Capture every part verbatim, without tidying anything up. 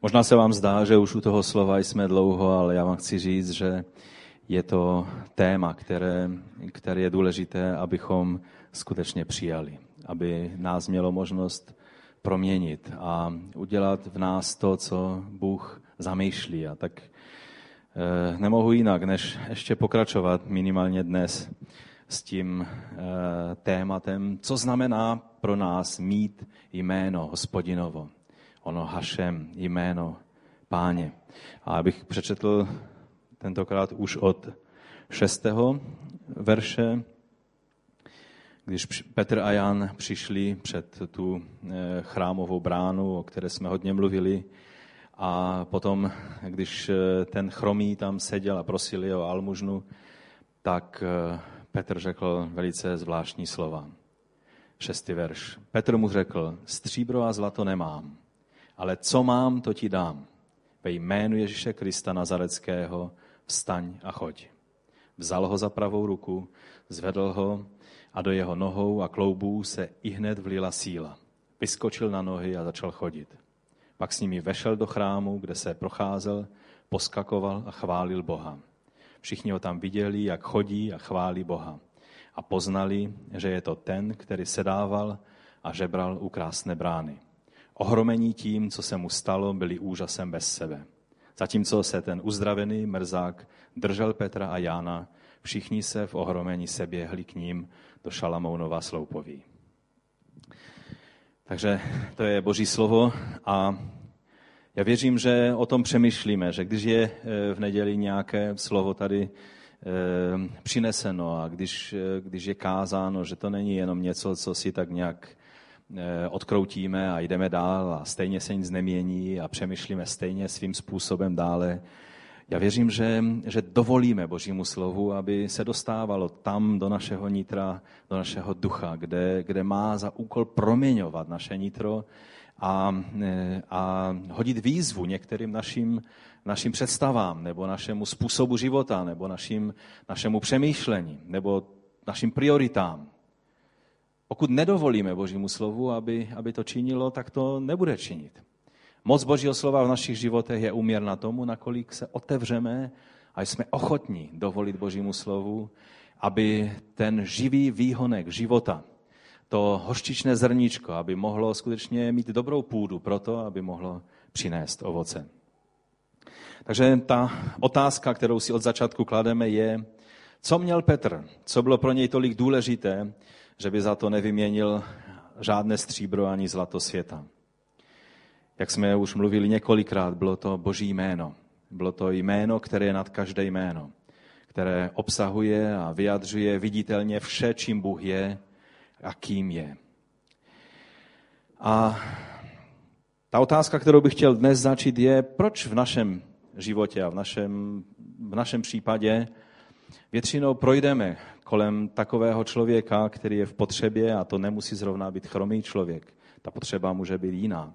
Možná se vám zdá, že už u toho slova jsme dlouho, ale já vám chci říct, že je to téma, které, které je důležité, abychom skutečně přijali. Aby nás mělo možnost proměnit a udělat v nás to, co Bůh zamýšlí. A tak eh, nemohu jinak, než ještě pokračovat minimálně dnes s tím eh, tématem, co znamená pro nás mít jméno Hospodinovo. Ono Hašem, jméno Páně. A abych přečetl tentokrát už od šestého verše, když Petr a Jan přišli před tu chrámovou bránu, o které jsme hodně mluvili, a potom, když ten chromý tam seděl a prosili o almužnu, tak Petr řekl velice zvláštní slova. Šestý verš. Petr mu řekl, stříbro a zlato nemám, ale co mám, to ti dám. Ve jménu Ježíše Krista Nazareckého vstaň a choď. Vzal ho za pravou ruku, zvedl ho a do jeho nohou a kloubů se ihned vlila síla. Vyskočil na nohy a začal chodit. Pak s nimi vešel do chrámu, kde se procházel, poskakoval a chválil Boha. Všichni ho tam viděli, jak chodí a chválí Boha. A poznali, že je to ten, který sedával a žebral u krásné brány. Ohromení tím, co se mu stalo, byli úžasem bez sebe. Zatímco se ten uzdravený mrzák držel Petra a Jána, všichni se v ohromení seběhli k ním do Šalamounova sloupoví. Takže to je Boží slovo a já věřím, že o tom přemýšlíme, že když je v neděli nějaké slovo tady přineseno a když, když je kázáno, že to není jenom něco, co si tak nějak odkroutíme a jdeme dál a stejně se nic nemění a přemýšlíme stejně svým způsobem dále. Já věřím, že, že dovolíme Božímu slovu, aby se dostávalo tam do našeho nitra, do našeho ducha, kde, kde má za úkol proměňovat naše nitro a, a hodit výzvu některým našim, našim představám nebo našemu způsobu života nebo našim, našemu přemýšlení nebo našim prioritám. Pokud nedovolíme Božímu slovu, aby, aby to činilo, tak to nebude činit. Moc Božího slova v našich životech je úměrná tomu, nakolik se otevřeme a jsme ochotní dovolit Božímu slovu, aby ten živý výhonek života, to hořčičné zrníčko, aby mohlo skutečně mít dobrou půdu pro to, aby mohlo přinést ovoce. Takže ta otázka, kterou si od začátku klademe, je, co měl Petr, co bylo pro něj tolik důležité, že by za to nevyměnil žádné stříbro ani zlato světa. Jak jsme už mluvili několikrát, bylo to Boží jméno. Bylo to jméno, které je nad každé jméno, které obsahuje a vyjadřuje viditelně vše, čím Bůh je a kým je. A ta otázka, kterou bych chtěl dnes začít, je, proč v našem životě a v našem, v našem případě většinou projdeme kolem takového člověka, který je v potřebě, a to nemusí zrovna být chromý člověk. Ta potřeba může být jiná.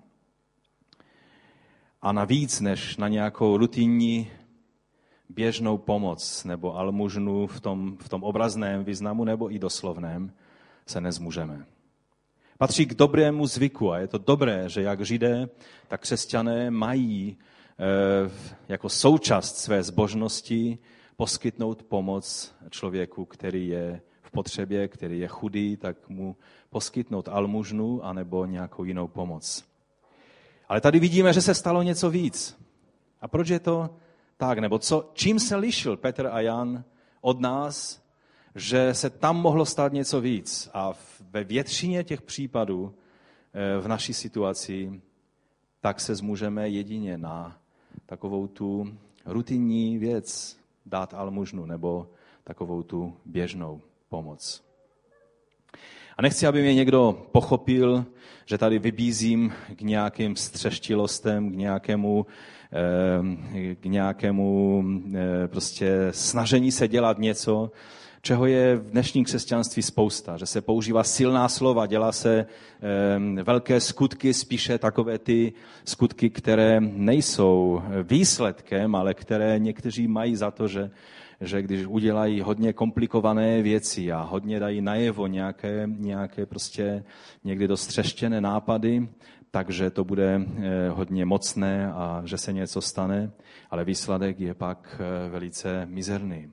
A navíc, než na nějakou rutinní běžnou pomoc nebo almužnu v tom, v tom obrazném významu nebo i doslovném, se nezmůžeme. Patří k dobrému zvyku a je to dobré, že jak Židé, tak křesťané mají e, jako součást své zbožnosti poskytnout pomoc člověku, který je v potřebě, který je chudý, tak mu poskytnout almužnu anebo nějakou jinou pomoc. Ale tady vidíme, že se stalo něco víc. A proč je to tak? Nebo co, čím se lišil Petr a Jan od nás, že se tam mohlo stát něco víc? A ve většině těch případů v naší situaci tak se zmůžeme jedině na takovou tu rutinní věc, dát almužnu nebo takovou tu běžnou pomoc. A nechci, aby mě někdo pochopil, že tady vybízím k nějakým střeštilostem, k nějakému, k nějakému prostě snažení se dělat něco, čeho je v dnešním křesťanství spousta, že se používá silná slova, dělá se velké skutky, spíše takové ty skutky, které nejsou výsledkem, ale které někteří mají za to, že že když udělají hodně komplikované věci a hodně dají najevo nějaké, nějaké prostě někdy dost třeštěné nápady, takže to bude hodně mocné a že se něco stane, ale výsledek je pak velice mizerný.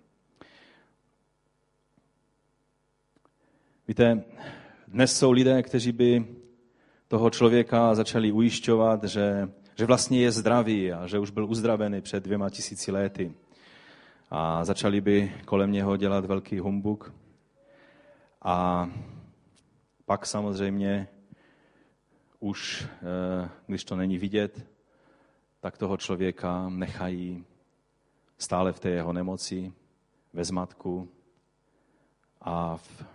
Víte, dnes jsou lidé, kteří by toho člověka začali ujišťovat, že, že vlastně je zdravý a že už byl uzdravený před dvěma tisíci lety. A začali by kolem něho dělat velký humbuk. A pak samozřejmě už, když to není vidět, tak toho člověka nechají stále v té jeho nemoci, ve zmatku a v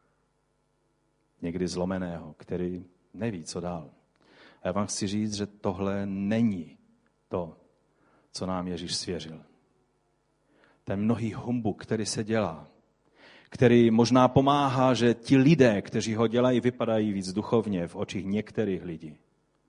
někdy zlomeného, který neví, co dál. A já vám chci říct, že tohle není to, co nám Ježíš svěřil. Ten mnohý humbuk, který se dělá, který možná pomáhá, že ti lidé, kteří ho dělají, vypadají víc duchovně v očích některých lidí.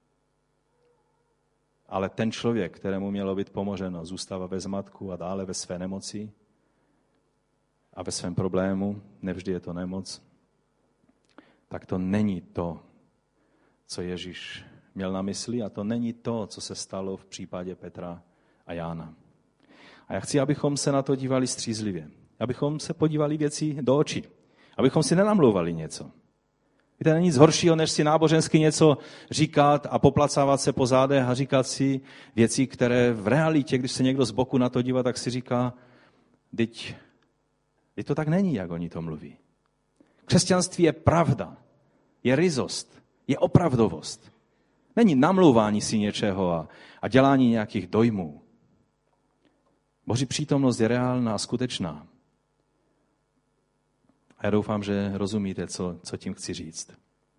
Ale ten člověk, kterému mělo být pomoženo, zůstává ve zmatku a dále ve své nemoci a ve svém problému, nevždy je to nemoc, tak to není to, co Ježíš měl na mysli a to není to, co se stalo v případě Petra a Jána. A já chci, abychom se na to dívali střízlivě. Abychom se podívali věci do očí. Abychom si nenamlouvali něco. Víte, není nic horšího, než si nábožensky něco říkat a poplacávat se po zádech a říkat si věci, které v realitě, když se někdo z boku na to dívá, tak si říká, teď, teď to tak není, jak oni to mluví. Křesťanství je pravda, je ryzost, je opravdovost. Není namlouvání si něčeho a, a dělání nějakých dojmů. Boží přítomnost je reálná a skutečná. A já doufám, že rozumíte, co, co tím chci říct.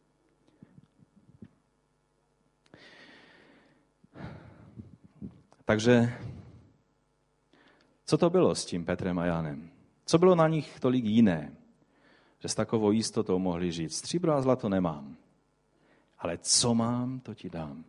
Takže, co to bylo s tím Petrem a Jánem? Co bylo na nich tolik jiné, že s takovou jistotou mohli říct, stříbro a zlato nemám, ale co mám, to ti dám.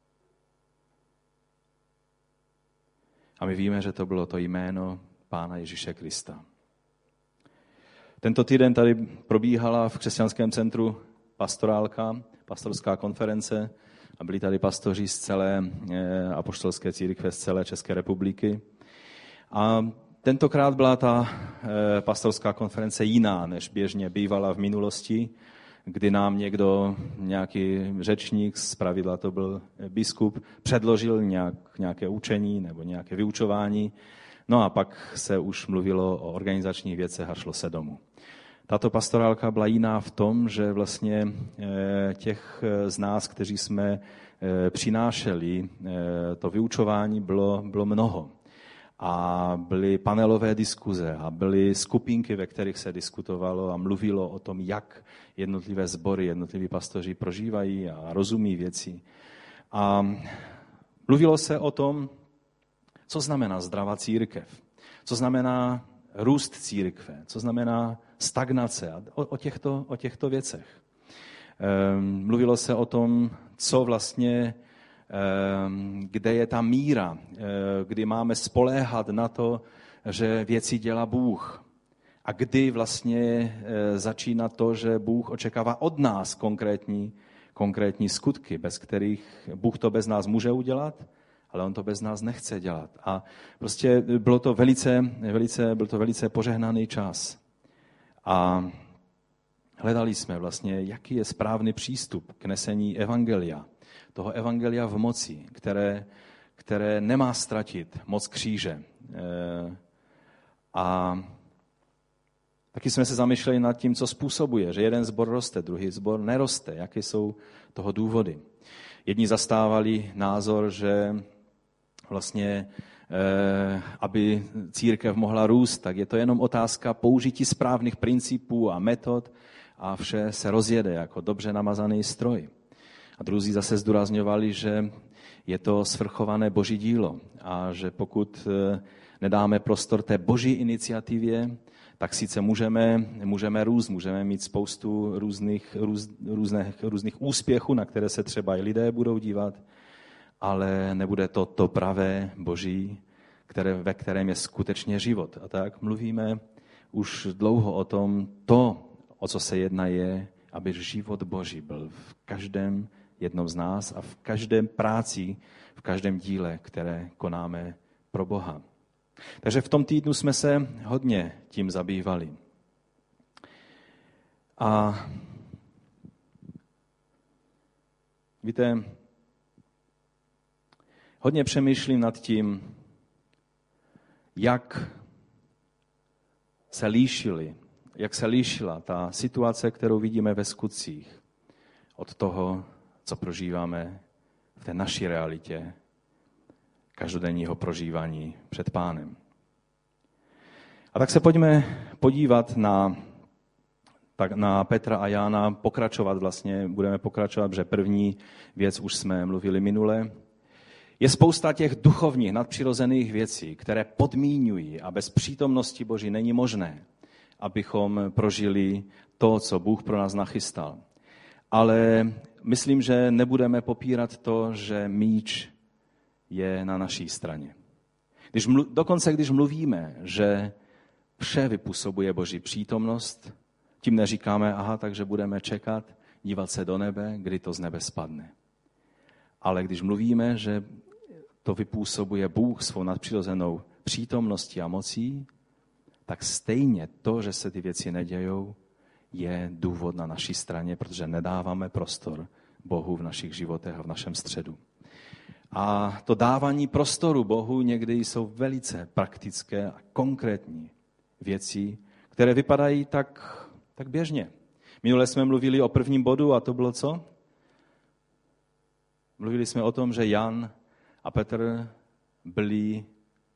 A my víme, že to bylo to jméno Pána Ježíše Krista. Tento týden tady probíhala v křesťanském centru pastorálka, pastorská konference a byli tady pastoři z celé apoštolské církve, z celé České republiky. A tentokrát byla ta pastorská konference jiná, než běžně bývala v minulosti, kdy nám někdo, nějaký řečník, zpravidla to byl biskup, předložil nějak, nějaké učení nebo nějaké vyučování, no a pak se už mluvilo o organizačních věcech a šlo se domů. Tato pastorálka byla jiná v tom, že vlastně těch z nás, kteří jsme přinášeli to vyučování, bylo, bylo mnoho. A byly panelové diskuze a byly skupinky, ve kterých se diskutovalo a mluvilo o tom, jak jednotlivé sbory, jednotliví pastoři prožívají a rozumí věci. A mluvilo se o tom, co znamená zdravá církev, co znamená růst církve, co znamená stagnace a o, o, těchto, o těchto věcech. Ehm, mluvilo se o tom, co vlastně kde je ta míra, kdy máme spoléhat na to, že věci dělá Bůh. A kdy vlastně začíná to, že Bůh očekává od nás konkrétní, konkrétní skutky, bez kterých Bůh to bez nás může udělat, ale on to bez nás nechce dělat. A prostě bylo to velice, velice, byl to velice požehnaný čas. A hledali jsme vlastně, jaký je správný přístup k nesení evangelia. Toho evangelia v moci, které, které nemá ztratit moc kříže. A taky jsme se zamýšleli nad tím, co způsobuje, že jeden sbor roste, druhý sbor neroste, jaké jsou toho důvody. Jedni zastávali názor, že vlastně, aby církev mohla růst, tak je to jenom otázka použití správných principů a metod a vše se rozjede jako dobře namazaný stroj. A druzí zase zdůrazňovali, že je to svrchované boží dílo a že pokud nedáme prostor té boží iniciativě, tak sice můžeme, můžeme růst, můžeme mít spoustu různých, růz, různých, různých úspěchů, na které se třeba i lidé budou dívat, ale nebude to to pravé boží, které, ve kterém je skutečně život. A tak mluvíme už dlouho o tom, to, o co se jedná, je, aby život boží byl v každém jednom z nás a v každém práci, v každém díle, které konáme pro Boha. Takže v tom týdnu jsme se hodně tím zabývali. A víte, hodně přemýšlím nad tím, jak se líšily, jak se líšila ta situace, kterou vidíme ve skutcích, od toho, co prožíváme v té naší realitě každodenního prožívání před Pánem. A tak se pojďme podívat na, tak na Petra a Jána, pokračovat vlastně, budeme pokračovat, protože první věc už jsme mluvili minule. Je spousta těch duchovních, nadpřirozených věcí, které podmíňují a bez přítomnosti Boží není možné, abychom prožili to, co Bůh pro nás nachystal. Ale myslím, že nebudeme popírat to, že míč je na naší straně. Když mlu, dokonce když mluvíme, že vše vypůsobuje Boží přítomnost, tím neříkáme, aha, takže budeme čekat, dívat se do nebe, kdy to z nebe spadne. Ale když mluvíme, že to vypůsobuje Bůh svou nadpřirozenou přítomností a mocí, tak stejně to, že se ty věci nedějou, je důvod na naší straně, protože nedáváme prostor Bohu v našich životech a v našem středu. A to dávání prostoru Bohu někdy jsou velice praktické a konkrétní věci, které vypadají tak, tak běžně. Minule jsme mluvili o prvním bodu a to bylo co? Mluvili jsme o tom, že Jan a Petr byli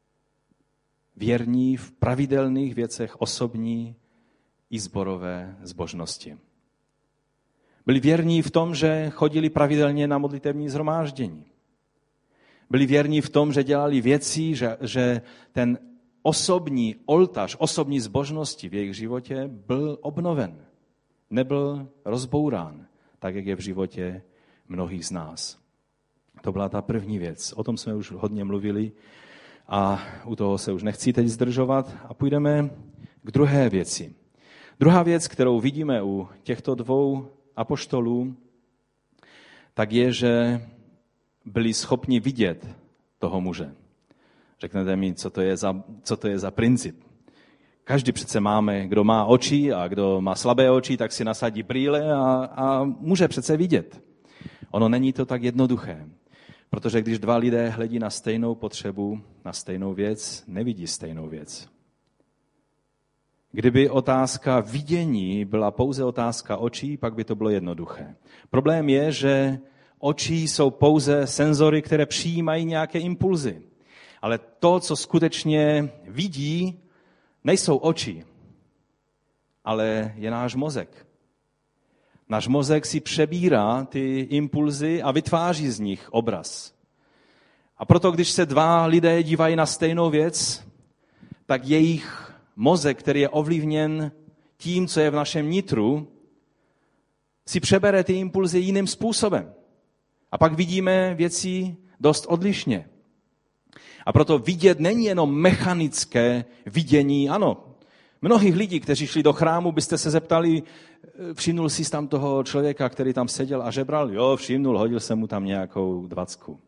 věrní v pravidelných věcech osobní i sborové zbožnosti. Byli věrní v tom, že chodili pravidelně na modlitevní shromáždění. Byli věrní v tom, že dělali věci, že, že ten osobní oltář, osobní zbožnosti v jejich životě byl obnoven. Nebyl rozbourán, tak jak je v životě mnohých z nás. To byla ta první věc. O tom jsme už hodně mluvili a u toho se už nechci teď zdržovat a půjdeme k druhé věci. Druhá věc, kterou vidíme u těchto dvou apoštolů, tak je, že byli schopni vidět toho muže. Řeknete mi, co to je za, co to je za princip. Každý přece máme, kdo má oči a kdo má slabé oči, tak si nasadí brýle a, a může přece vidět. Ono není to tak jednoduché, protože když dva lidé hledí na stejnou potřebu, na stejnou věc, nevidí stejnou věc. Kdyby otázka vidění byla pouze otázka očí, pak by to bylo jednoduché. Problém je, že oči jsou pouze senzory, které přijímají nějaké impulzy. Ale to, co skutečně vidí, nejsou oči, ale je náš mozek. Náš mozek si přebírá ty impulzy a vytváří z nich obraz. A proto, když se dva lidé dívají na stejnou věc, tak jejich mozek, který je ovlivněn tím, co je v našem nitru, si přebere ty impulzy jiným způsobem. A pak vidíme věci dost odlišně. A proto vidět není jenom mechanické vidění. Ano, mnohých lidí, kteří šli do chrámu, byste se zeptali, všimnul jsi tam toho člověka, který tam seděl a žebral? Jo, všimnul, hodil jsem mu tam nějakou dvacku.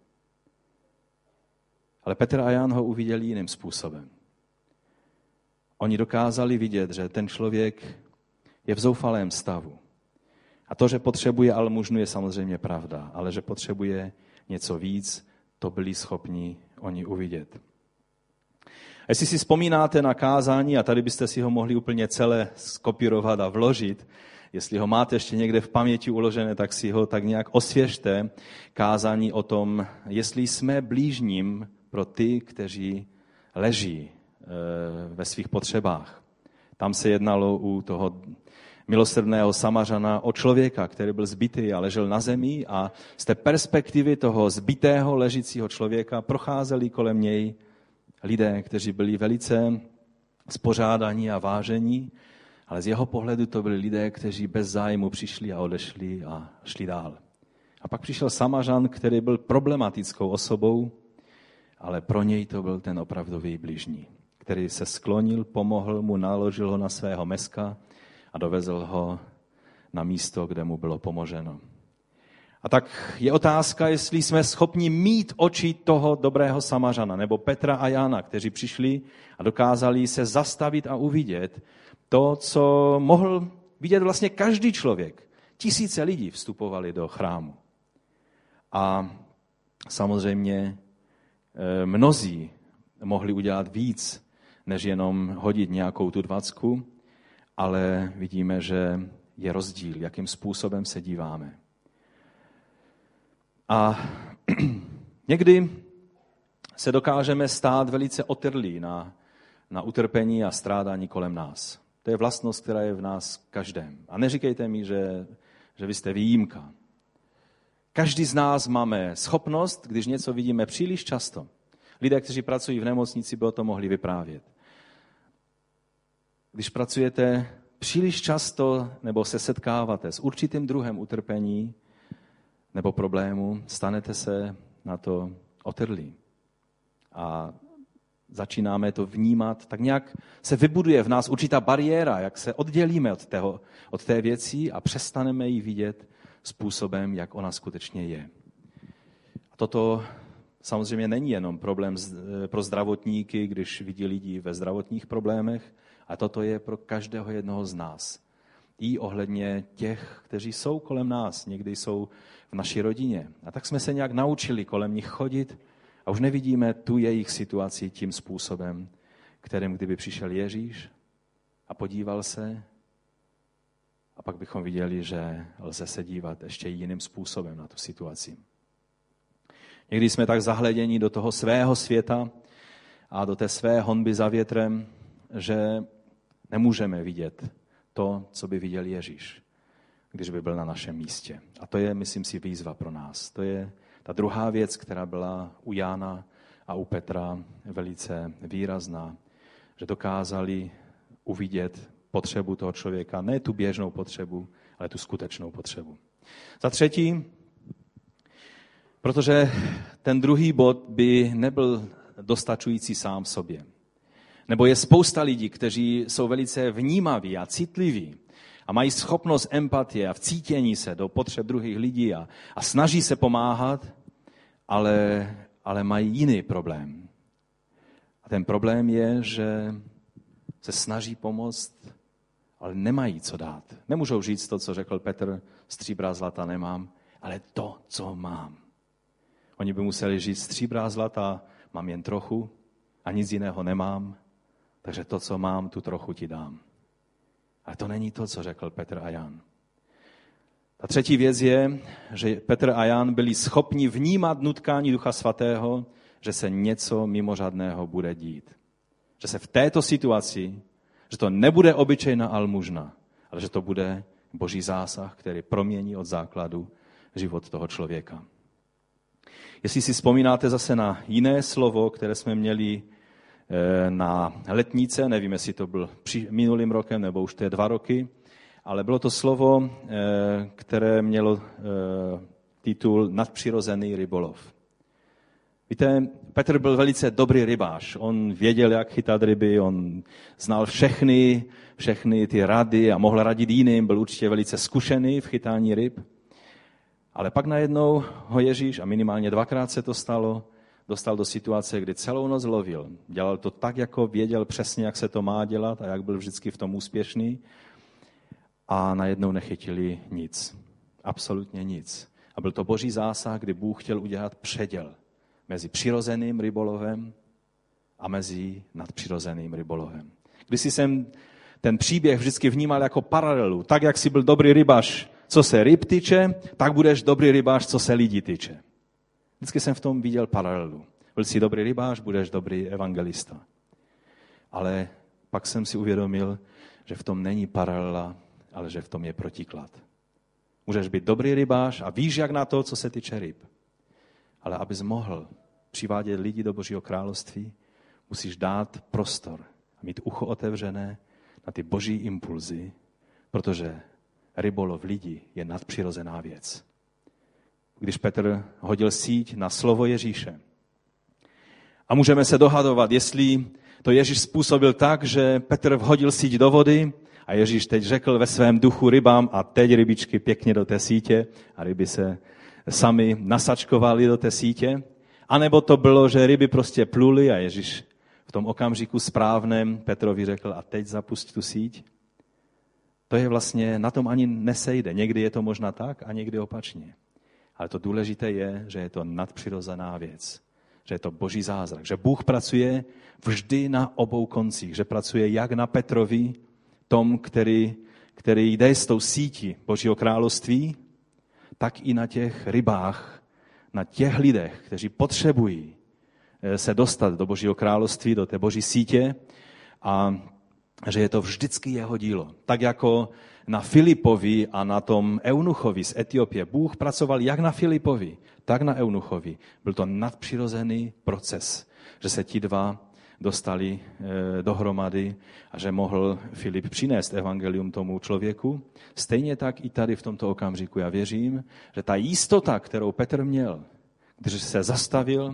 Ale Petr a Jan ho uviděli jiným způsobem. Oni dokázali vidět, že ten člověk je v zoufalém stavu. A to, že potřebuje almužnu, je samozřejmě pravda, ale že potřebuje něco víc, to byli schopni oni uvidět. A jestli si vzpomínáte na kázání, a tady byste si ho mohli úplně celé skopírovat a vložit, jestli ho máte ještě někde v paměti uložené, tak si ho tak nějak osvěžte, kázání o tom, jestli jsme blížním pro ty, kteří leží ve svých potřebách. Tam se jednalo u toho milosrdného Samařana o člověka, který byl zbitý a ležel na zemi a z té perspektivy toho zbitého ležícího člověka procházeli kolem něj lidé, kteří byli velice spořádaní a vážení, ale z jeho pohledu to byli lidé, kteří bez zájmu přišli a odešli a šli dál. A pak přišel Samařan, který byl problematickou osobou, ale pro něj to byl ten opravdový bližní, který se sklonil, pomohl mu, naložil ho na svého meska a dovezl ho na místo, kde mu bylo pomoženo. A tak je otázka, jestli jsme schopni mít oči toho dobrého Samařana, nebo Petra a Jana, kteří přišli a dokázali se zastavit a uvidět to, co mohl vidět vlastně každý člověk. Tisíce lidí vstupovali do chrámu. A samozřejmě mnozí mohli udělat víc, než jenom hodit nějakou tu dvacku, ale vidíme, že je rozdíl, jakým způsobem se díváme. A někdy se dokážeme stát velice otrlí na, na utrpení a strádání kolem nás. To je vlastnost, která je v nás každém. A neříkejte mi, že, že vy jste výjimka. Každý z nás máme schopnost, když něco vidíme příliš často. Lidé, kteří pracují v nemocnici, by o tom mohli vyprávět. Když pracujete příliš často nebo se setkáváte s určitým druhem utrpení nebo problému, stanete se na to otrlí. A začínáme to vnímat, tak nějak se vybuduje v nás určitá bariéra, jak se oddělíme od, tého, od té věci a přestaneme ji vidět způsobem, jak ona skutečně je. A toto samozřejmě není jenom problém pro zdravotníky, když vidí lidi ve zdravotních problémech, a toto je pro každého jednoho z nás. I ohledně těch, kteří jsou kolem nás, někdy jsou v naší rodině. A tak jsme se nějak naučili kolem nich chodit a už nevidíme tu jejich situaci tím způsobem, kterým kdyby přišel Ježíš a podíval se, a pak bychom viděli, že lze se dívat ještě jiným způsobem na tu situaci. Někdy jsme tak zahleděni do toho svého světa a do té své honby za větrem, že nemůžeme vidět to, co by viděl Ježíš, když by byl na našem místě. A to je, myslím si, výzva pro nás. To je ta druhá věc, která byla u Jána a u Petra velice výrazná, že dokázali uvidět potřebu toho člověka, ne tu běžnou potřebu, ale tu skutečnou potřebu. Za třetí, protože ten druhý bod by nebyl dostačující sám sobě. Nebo je spousta lidí, kteří jsou velice vnímaví a citliví a mají schopnost empatie a vcítění se do potřeb druhých lidí a, a snaží se pomáhat, ale, ale mají jiný problém. A ten problém je, že se snaží pomoct, ale nemají co dát. Nemůžou říct to, co řekl Petr, stříbra zlata nemám, ale to, co mám. Oni by museli říct, stříbra zlata mám jen trochu a nic jiného nemám, takže to, co mám, tu trochu ti dám. Ale to není to, co řekl Petr a Jan. Ta třetí věc je, že Petr a Jan byli schopni vnímat nutkání Ducha Svatého, že se něco mimořádného bude dít. Že se v této situaci, že to nebude obyčejná almužna, ale že to bude Boží zásah, který promění od základu život toho člověka. Jestli si vzpomínáte zase na jiné slovo, které jsme měli na letnice, nevím, jestli to byl minulým rokem, nebo už to je dva roky, ale bylo to slovo, které mělo titul Nadpřirozený rybolov. Víte, Petr byl velice dobrý rybář. On věděl, jak chytat ryby, on znal všechny, všechny ty rady a mohl radit jiným, byl určitě velice zkušený v chytání ryb. Ale pak najednou ho Ježíš, a minimálně dvakrát se to stalo, dostal do situace, kdy celou noc lovil. Dělal to tak, jako věděl přesně, jak se to má dělat a jak byl vždycky v tom úspěšný. A najednou nechytili nic. Absolutně nic. A byl to Boží zásah, kdy Bůh chtěl udělat předěl mezi přirozeným rybolovem a mezi nadpřirozeným rybolovem. Když jsem ten příběh vždycky vnímal jako paralelu, tak jak jsi byl dobrý rybář, co se ryb tyče, tak budeš dobrý rybář, co se lidí tyče. Vždycky jsem v tom viděl paralelu. Byl jsi dobrý rybář, budeš dobrý evangelista. Ale pak jsem si uvědomil, že v tom není paralela, ale že v tom je protiklad. Můžeš být dobrý rybář a víš, jak na to, co se tyče ryb. Ale abys mohl přivádět lidi do Božího království, musíš dát prostor a mít ucho otevřené na ty boží impulzy, protože rybolov lidí je nadpřirozená věc. Když Petr hodil síť na slovo Ježíše. A můžeme se dohadovat, jestli to Ježíš způsobil tak, že Petr vhodil síť do vody a Ježíš teď řekl ve svém duchu rybám a teď rybičky pěkně do té sítě a ryby se sami nasačkovali do té sítě, anebo to bylo, že ryby prostě pluly a Ježíš v tom okamžiku správném Petrovi řekl a teď zapust tu síť. To je vlastně, na tom ani nesejde. Někdy je to možná tak a někdy opačně. Ale to důležité je, že je to nadpřirozená věc. Že je to boží zázrak. Že Bůh pracuje vždy na obou koncích. Že pracuje jak na Petrovi, tom, který, který jde s tou sítí Božího království, tak i na těch rybách, na těch lidech, kteří potřebují se dostat do Božího království, do té Boží sítě a že je to vždycky jeho dílo. Tak jako na Filipovi a na tom eunuchovi z Etiopie. Bůh pracoval jak na Filipovi, tak na eunuchovi. Byl to nadpřirozený proces, že se ti dva dostali e, dohromady a že mohl Filip přinést evangelium tomu člověku. Stejně tak i tady v tomto okamžiku. Já věřím, že ta jistota, kterou Petr měl, když se zastavil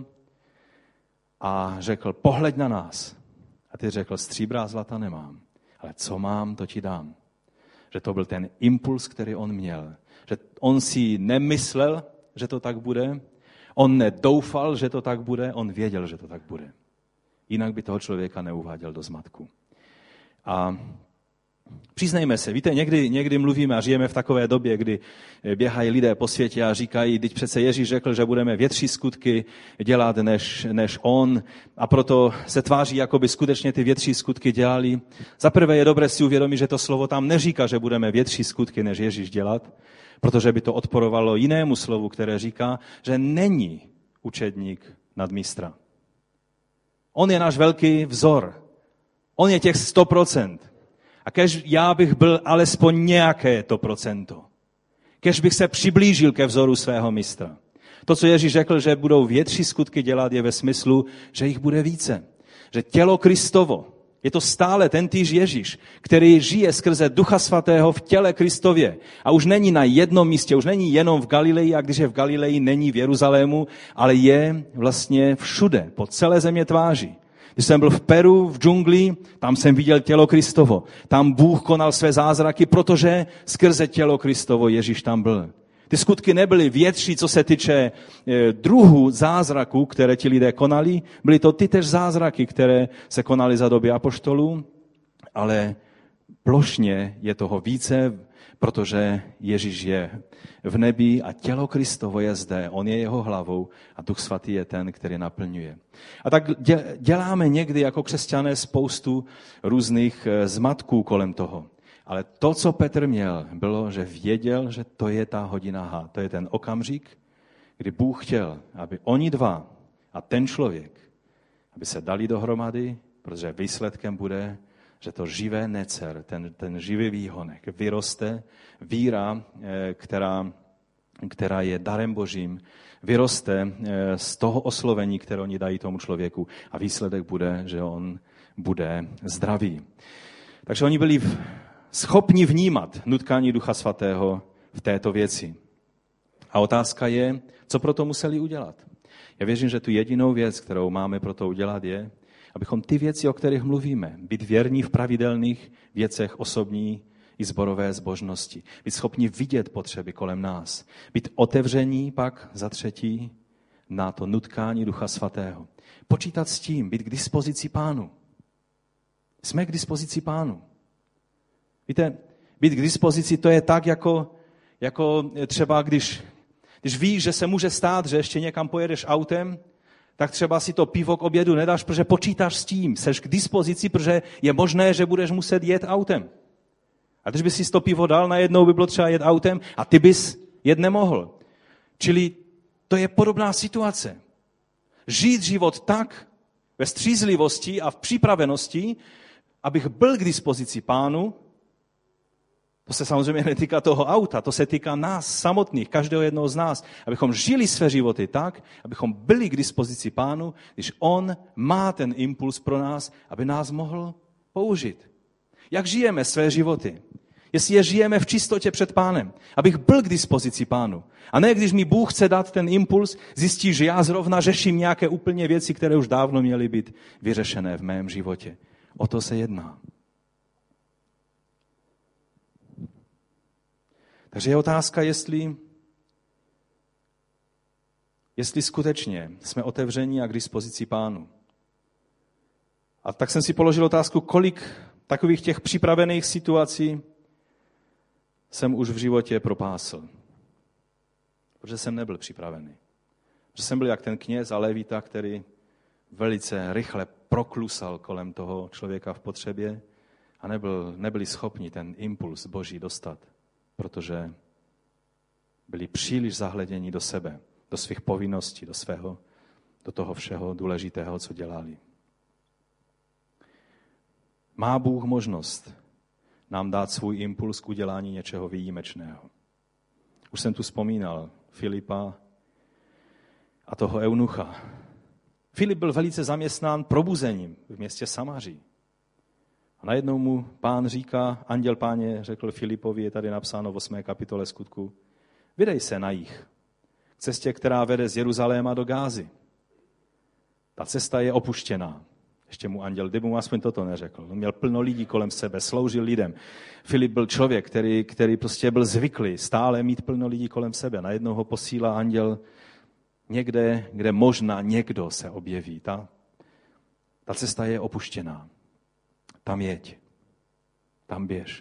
a řekl, pohleď na nás. A ty řekl, stříbra a zlata nemám, ale co mám, to ti dám. Že to byl ten impuls, který on měl. Že on si nemyslel, že to tak bude, on nedoufal, že to tak bude, on věděl, že to tak bude. Jinak by toho člověka neuváděl do zmatku. A přiznejme se, víte, někdy, někdy mluvíme a žijeme v takové době, kdy běhají lidé po světě a říkají, teď přece Ježíš řekl, že budeme větší skutky dělat než, než on a proto se tváří, jako by skutečně ty větší skutky dělali. Za prvé je dobré si uvědomit, že to slovo tam neříká, že budeme větší skutky než Ježíš dělat, protože by to odporovalo jinému slovu, které říká, že není učedník nadmistra. On je náš velký vzor. On je těch sto procent. A kež já bych byl alespoň nějaké to procento. Kež bych se přiblížil ke vzoru svého mistra. To, co Ježíš řekl, že budou větší skutky dělat, je ve smyslu, že jich bude více. Že tělo Kristovo, je to stále ten týž Ježíš, který žije skrze Ducha Svatého v těle Kristově. A už není na jednom místě, už není jenom v Galileji, a když je v Galileji, není v Jeruzalému, ale je vlastně všude, po celé země tváří. Když jsem byl v Peru, v džungli, tam jsem viděl tělo Kristovo. Tam Bůh konal své zázraky, protože skrze tělo Kristovo Ježíš tam byl. Ty skutky nebyly větší, co se týče druhu zázraků, které ti lidé konali. Byly to ty tež zázraky, které se konaly za doby apoštolů, ale plošně je toho více, protože Ježíš je v nebi a tělo Kristovo je zde. On je jeho hlavou a Duch Svatý je ten, který naplňuje. A tak děláme někdy jako křesťané spoustu různých zmatků kolem toho. Ale to, co Petr měl, bylo, že věděl, že to je ta hodina H. To je ten okamžik, kdy Bůh chtěl, aby oni dva a ten člověk, aby se dali dohromady, protože výsledkem bude, že to živé necer, ten, ten živý výhonek, vyroste víra, která, která je darem Božím, vyroste z toho oslovení, které oni dají tomu člověku a výsledek bude, že on bude zdravý. Takže oni byli schopni vnímat nutkání Ducha Svatého v této věci. A otázka je, co proto museli udělat. Já věřím, že tu jedinou věc, kterou máme proto udělat, je, abychom ty věci, o kterých mluvíme, být věrní v pravidelných věcech osobní i zborové zbožnosti. Být schopni vidět potřeby kolem nás. Být otevření pak za třetí na to nutkání Ducha Svatého. Počítat s tím, být k dispozici Pánu. Jsme k dispozici Pánu. Víte, být k dispozici, to je tak, jako, jako třeba, když, když víš, že se může stát, že ještě někam pojedeš autem, tak třeba si to pivo k obědu nedáš, protože počítáš s tím, seš k dispozici, protože je možné, že budeš muset jet autem. A když bys si to pivo dal, najednou by bylo třeba jet autem a ty bys jet nemohl. Čili to je podobná situace. Žít život tak, ve střízlivosti a v připravenosti, abych byl k dispozici Pánu. To se samozřejmě netýká toho auta, to se týká nás samotných, každého jednoho z nás, abychom žili své životy tak, abychom byli k dispozici Pánu, když on má ten impuls pro nás, aby nás mohl použít. Jak žijeme své životy? Jestli je žijeme v čistotě před Pánem, abych byl k dispozici Pánu. A ne, když mi Bůh chce dát ten impuls, zjistí, že já zrovna řeším nějaké úplně věci, které už dávno měly být vyřešené v mém životě. O to se jedná. Takže je otázka, jestli jestli skutečně jsme otevření a k dispozici Pánu. A tak jsem si položil otázku, kolik takových těch připravených situací jsem už v životě propásl. Protože jsem nebyl připravený. Protože jsem byl jak ten kněz a levita, který velice rychle proklusal kolem toho člověka v potřebě a nebyl, nebyli schopni ten impuls Boží dostat, protože byli příliš zahleděni do sebe, do svých povinností, do svého, do toho všeho důležitého, co dělali. Má Bůh možnost nám dát svůj impuls k udělání něčeho výjimečného. Už jsem tu vzpomínal Filipa a toho eunucha. Filip byl velice zaměstnán probuzením v městě Samaří. A najednou mu Pán říká, anděl Páně řekl Filipovi, je tady napsáno v osmé kapitole Skutku, vydej se na jih, k cestě, která vede z Jeruzaléma do Gázy. Ta cesta je opuštěná. Ještě mu anděl, kdyby mu aspoň toto neřekl. On měl plno lidí kolem sebe, sloužil lidem. Filip byl člověk, který, který prostě byl zvyklý stále mít plno lidí kolem sebe. Najednou ho posílá anděl někde, kde možná někdo se objeví. Ta, ta cesta je opuštěná. Tam jeď. Tam běž.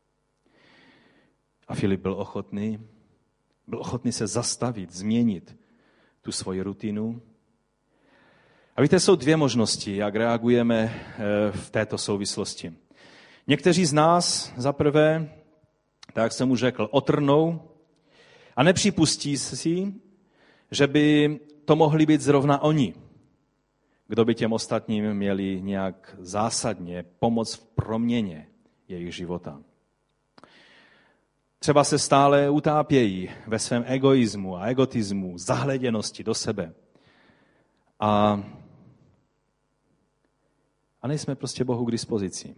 A Filip byl ochotný, byl ochotný se zastavit, změnit tu svoji rutinu. A víte, jsou dvě možnosti, jak reagujeme v této souvislosti. Někteří z nás zaprvé, tak jak jsem už řekl, otrnou a nepřipustí si, že by to mohli být zrovna oni, kdo by těm ostatním měli nějak zásadně pomoct v proměně jejich života. Třeba se stále utápějí ve svém egoismu a egotismu, zahleděnosti do sebe. A, a nejsme prostě Bohu k dispozici.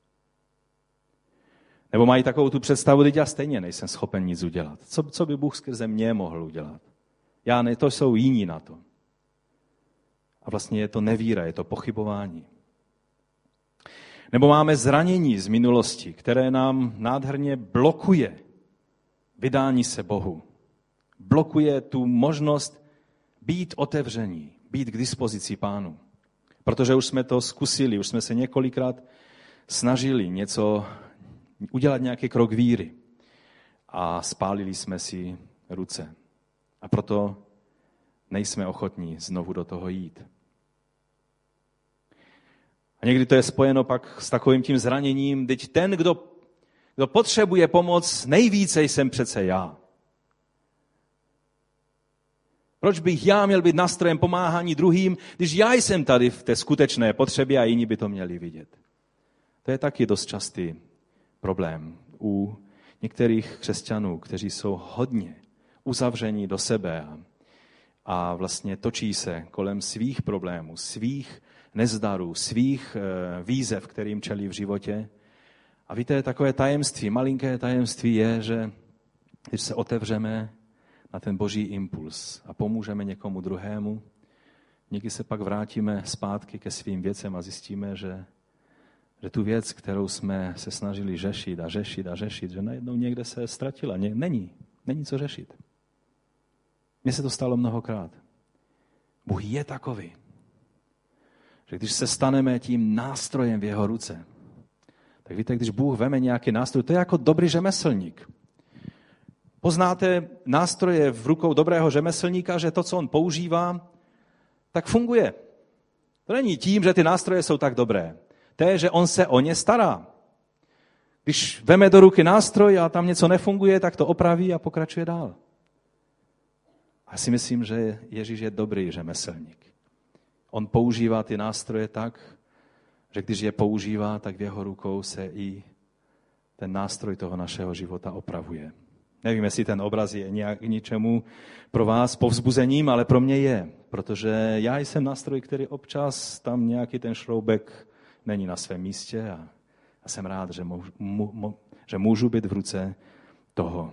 Nebo mají takovou tu představu, že já stejně nejsem schopen nic udělat. Co, co by Bůh skrze mě mohl udělat? Já ne, to jsou jiní na to. A vlastně je to nevíra, je to pochybování. Nebo máme zranění z minulosti, které nám nádherně blokuje vydání se Bohu. Blokuje tu možnost být otevření, být k dispozici Pánu. Protože už jsme to zkusili, už jsme se několikrát snažili něco, udělat nějaký krok víry a spálili jsme si ruce. A proto nejsme ochotní znovu do toho jít. A někdy to je spojeno pak s takovým tím zraněním, teď ten, kdo, kdo potřebuje pomoc, nejvíce jsem přece já. Proč bych já měl být nástrojem pomáhání druhým, když já jsem tady v té skutečné potřebě a jiní by to měli vidět. To je taky dost častý problém u některých křesťanů, kteří jsou hodně uzavření do sebe a, a vlastně točí se kolem svých problémů, svých nezdarů, svých e, výzev, kterým čelí v životě. A víte, takové tajemství, malinké tajemství je, že když se otevřeme na ten boží impuls a pomůžeme někomu druhému, někdy se pak vrátíme zpátky ke svým věcem a zjistíme, že, že tu věc, kterou jsme se snažili řešit a řešit a řešit, že najednou někde se ztratila. Není, není co řešit. Mně se to stalo mnohokrát. Bůh je takový, že když se staneme tím nástrojem v jeho ruce, tak víte, když Bůh veme nějaký nástroj, to je jako dobrý řemeslník. Poznáte nástroje v rukou dobrého řemeslníka, že to, co on používá, tak funguje. To není tím, že ty nástroje jsou tak dobré. To je, že on se o ně stará. Když veme do ruky nástroj a tam něco nefunguje, tak to opraví a pokračuje dál. Já si myslím, že Ježíš je dobrý řemeslník. On používá ty nástroje tak, že když je používá, tak v jeho rukou se i ten nástroj toho našeho života opravuje. Nevím, jestli ten obraz je nějak k ničemu pro vás povzbuzením, ale pro mě je. Protože já jsem nástroj, který občas tam nějaký ten šroubek není na svém místě a já jsem rád, že můžu, mů, že můžu být v ruce toho,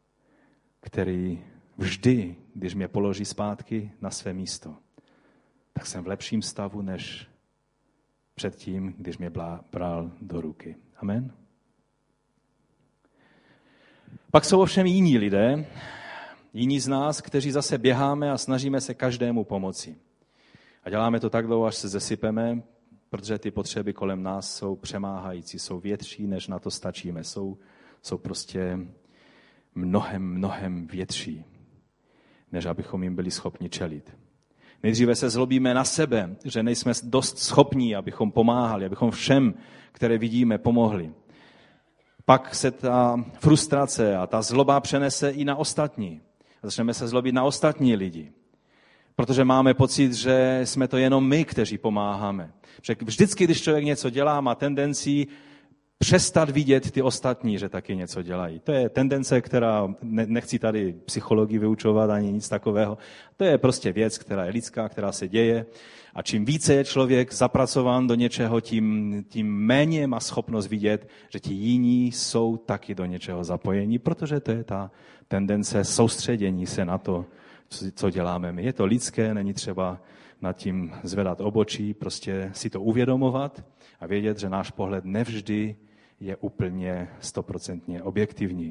který vždy, když mě položí zpátky na své místo, tak jsem v lepším stavu, než předtím, když mě bral do ruky. Amen. Pak jsou ovšem jiní lidé, Jiní z nás, kteří zase běháme a snažíme se každému pomoci. A děláme to tak dlouho, až se zesypeme, protože ty potřeby kolem nás jsou přemáhající, jsou větší, než na to stačíme. Jsou, jsou prostě mnohem, mnohem větší, než abychom jim byli schopni čelit. Nejdříve se zlobíme na sebe, že nejsme dost schopní, abychom pomáhali, abychom všem, které vidíme, pomohli. Pak se ta frustrace a ta zloba přenese i na ostatní. Začneme se zlobit na ostatní lidi. Protože máme pocit, že jsme to jenom my, kteří pomáháme. Že vždycky, když člověk něco dělá, má tendenci přestat vidět ty ostatní, že taky něco dělají. To je tendence, která, nechci tady psychologii vyučovat ani nic takového, to je prostě věc, která je lidská, která se děje. A čím více je člověk zapracován do něčeho, tím, tím méně má schopnost vidět, že ti jiní jsou taky do něčeho zapojení, protože to je ta tendence soustředění se na to, co děláme my. Je to lidské, není třeba nad tím zvedat obočí, prostě si to uvědomovat a vědět, že náš pohled nevždy je úplně stoprocentně objektivní.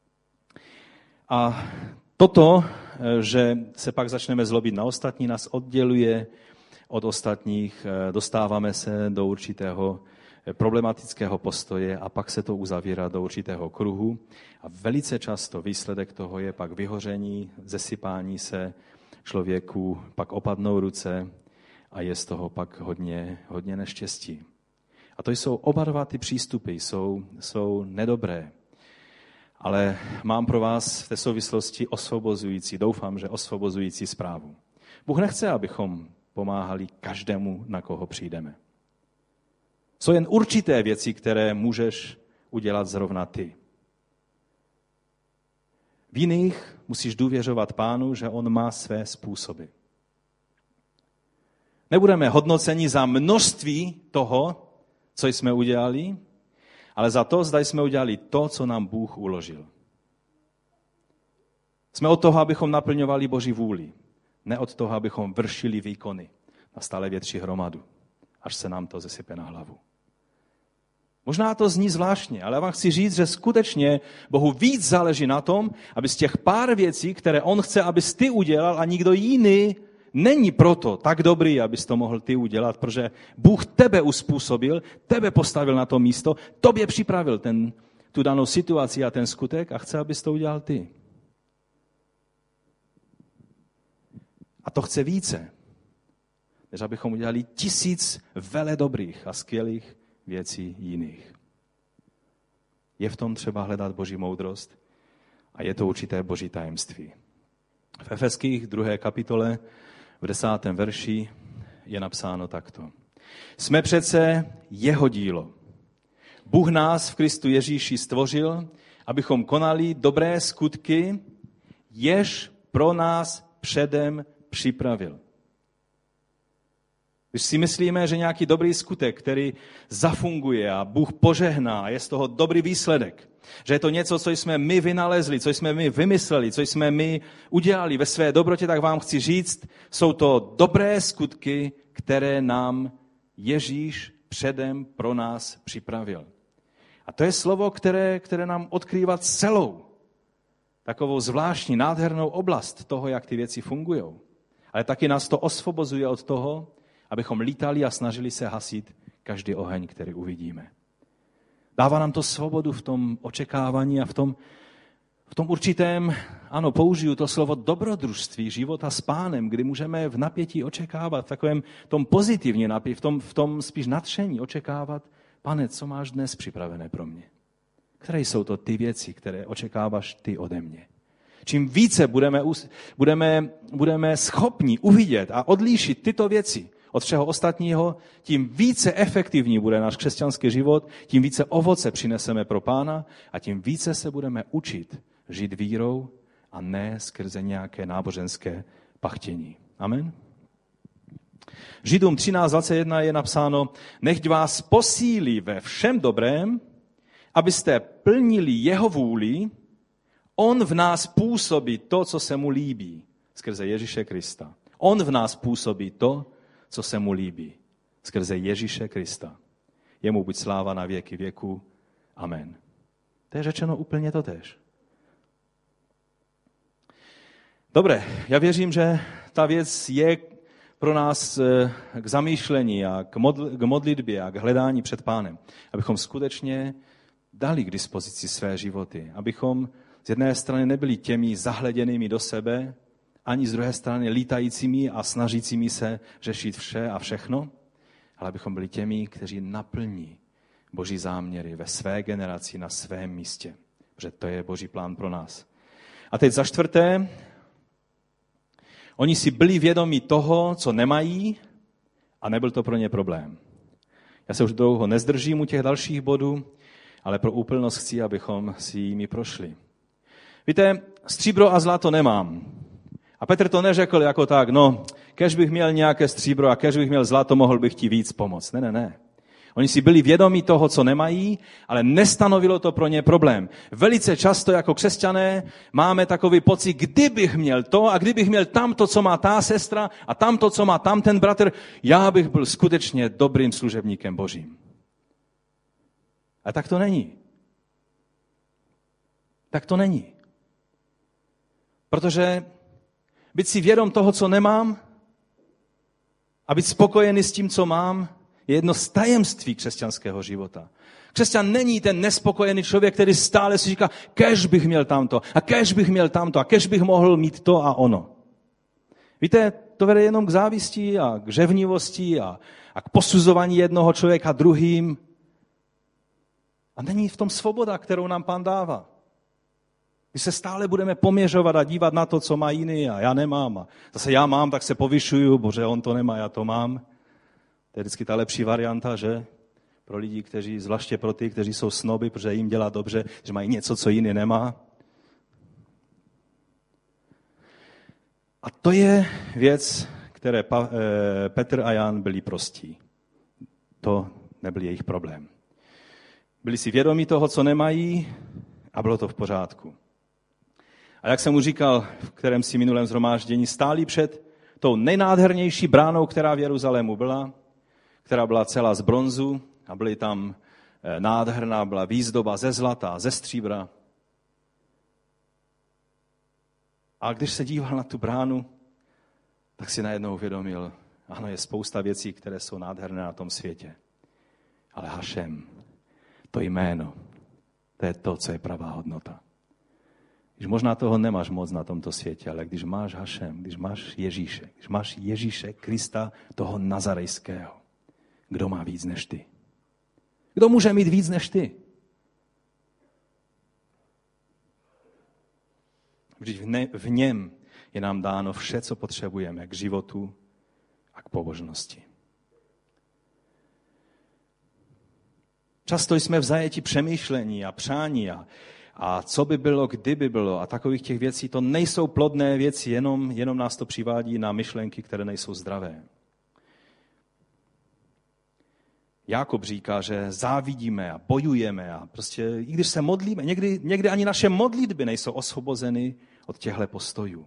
A toto, že se pak začneme zlobit na ostatní, nás odděluje od ostatních, dostáváme se do určitého problematického postoje a pak se to uzavírá do určitého kruhu. A velice často výsledek toho je pak vyhoření, zesypání se člověku, pak opadnou ruce a je z toho pak hodně, hodně neštěstí. A to jsou oba dva ty přístupy, jsou, jsou nedobré. Ale mám pro vás v té souvislosti osvobozující, doufám, že osvobozující zprávu. Bůh nechce, abychom pomáhali každému, na koho přijdeme. Jsou jen určité věci, které můžeš udělat zrovna ty. V jiných musíš důvěřovat Pánu, že on má své způsoby. Nebudeme hodnoceni za množství toho, co jsme udělali, ale za to, zda jsme udělali to, co nám Bůh uložil. Jsme od toho, abychom naplňovali Boží vůli, ne od toho, abychom vršili výkony na stále větší hromadu, až se nám to zesype na hlavu. Možná to zní zvláštně, ale já vám chci říct, že skutečně Bohu víc záleží na tom, aby z těch pár věcí, které on chce, abys ty udělal a nikdo jiný není proto tak dobrý, abys to mohl ty udělat, protože Bůh tebe uspůsobil, tebe postavil na to místo, tobě připravil ten, tu danou situaci a ten skutek a chce, abys to udělal ty. A to chce více, než abychom udělali tisíc veledobrých a skvělých věcí jiných. Je v tom třeba hledat Boží moudrost a je to určité Boží tajemství. V Efeských druhé kapitole v desátém verši je napsáno takto. Jsme přece jeho dílo. Bůh nás v Kristu Ježíši stvořil, abychom konali dobré skutky, jež pro nás předem připravil. Když si myslíme, že nějaký dobrý skutek, který zafunguje a Bůh požehná a je z toho dobrý výsledek, že je to něco, co jsme my vynalezli, co jsme my vymysleli, co jsme my udělali ve své dobrotě, tak vám chci říct, jsou to dobré skutky, které nám Ježíš předem pro nás připravil. A to je slovo, které, které nám odkrývá celou takovou zvláštní, nádhernou oblast toho, jak ty věci fungují. Ale taky nás to osvobozuje od toho, abychom lítali a snažili se hasit každý oheň, který uvidíme. Dává nám to svobodu v tom očekávání a v tom, v tom určitém, ano, použiju to slovo dobrodružství života s Pánem, kdy můžeme v napětí očekávat, v takovém tom pozitivně napětí, v tom, v tom spíš nadšení očekávat, Pane, co máš dnes připravené pro mě? Které jsou to ty věci, které očekáváš ty ode mě? Čím více budeme, budeme, budeme schopni uvidět a odlíšit tyto věci od všeho ostatního, tím více efektivní bude náš křesťanský život, tím více ovoce přineseme pro Pána a tím více se budeme učit žít vírou a ne skrze nějaké náboženské pachtění. Amen. Židům třináct dvacet jedna je napsáno, nechť vás posílí ve všem dobrém, abyste plnili jeho vůli, on v nás působí to, co se mu líbí, skrze Ježíše Krista. On v nás působí to, co se mu líbí, skrze Ježíše Krista. Jemu buď sláva na věky věku. Amen. To je řečeno úplně totéž. Dobré, já věřím, že ta věc je pro nás k zamýšlení a k, modl- k modlitbě a k hledání před Pánem. Abychom skutečně dali k dispozici své životy. Abychom z jedné strany nebyli těmi zahleděnými do sebe, ani z druhé strany lítajícími a snažícími se řešit vše a všechno, ale abychom byli těmi, kteří naplní Boží záměry ve své generaci na svém místě. Protože to je Boží plán pro nás. A teď za čtvrté, oni si byli vědomi toho, co nemají, a nebyl to pro ně problém. Já se už dlouho nezdržím u těch dalších bodů, ale pro úplnost chci, abychom si jimi prošli. Víte, stříbro a zlato nemám. A Petr to neřekl jako tak, no, kež bych měl nějaké stříbro a kež bych měl zlato, mohl bych ti víc pomoct. Ne, ne, ne. Oni si byli vědomi toho, co nemají, ale nestanovilo to pro ně problém. Velice často jako křesťané máme takový pocit, kdybych měl to a kdybych měl tamto, co má ta sestra a tamto, co má tam ten bratr, já bych byl skutečně dobrým služebníkem Božím. A tak to není. Tak to není. Protože být si vědom toho, co nemám, a být spokojený s tím, co mám, je jedno z tajemství křesťanského života. Křesťan není ten nespokojený člověk, který stále si říká, kéž bych měl tamto, a kéž bych měl tamto, a kéž bych mohl mít to a ono. Víte, to vede jenom k závisti a k řevnivosti a, a k posuzování jednoho člověka druhým. A není v tom svoboda, kterou nám Pán dává. Když se stále budeme poměřovat a dívat na to, co má jiný a já nemám. A zase já mám, tak se povyšuju, bože, on to nemá, já to mám. To je vždycky ta lepší varianta, že? Pro lidi, kteří, zvláště pro ty, kteří jsou snoby, protože jim dělá dobře, že mají něco, co jiný nemá. A to je věc, které pa, e, Petr a Jan byli prostí. To nebyl jejich problém. Byli si vědomí toho, co nemají, a bylo to v pořádku. A jak jsem mu říkal, v kterém si minulém shromáždění, stáli před tou nejnádhernější bránou, která v Jeruzalému byla, která byla celá z bronzu a byly tam nádherná, byla výzdoba ze zlata, ze stříbra. A když se díval na tu bránu, tak si najednou uvědomil, ano, je spousta věcí, které jsou nádherné na tom světě. Ale Hašem, to jméno, to je to, co je pravá hodnota. Když možná toho nemáš moc na tomto světě, ale když máš Hašem, když máš Ježíše, když máš Ježíše Krista, toho Nazarejského, kdo má víc než ty? Kdo může mít víc než ty? Vždyť v něm je nám dáno vše, co potřebujeme k životu a k pobožnosti. Často jsme v zajetí přemýšlení a přání a, a co by bylo, kdyby bylo a takových těch věcí. To nejsou plodné věci, jenom, jenom nás to přivádí na myšlenky, které nejsou zdravé. Jákob říká, že závidíme a bojujeme a prostě, i když se modlíme, někdy, někdy ani naše modlitby nejsou osvobozeny od těchto postojů.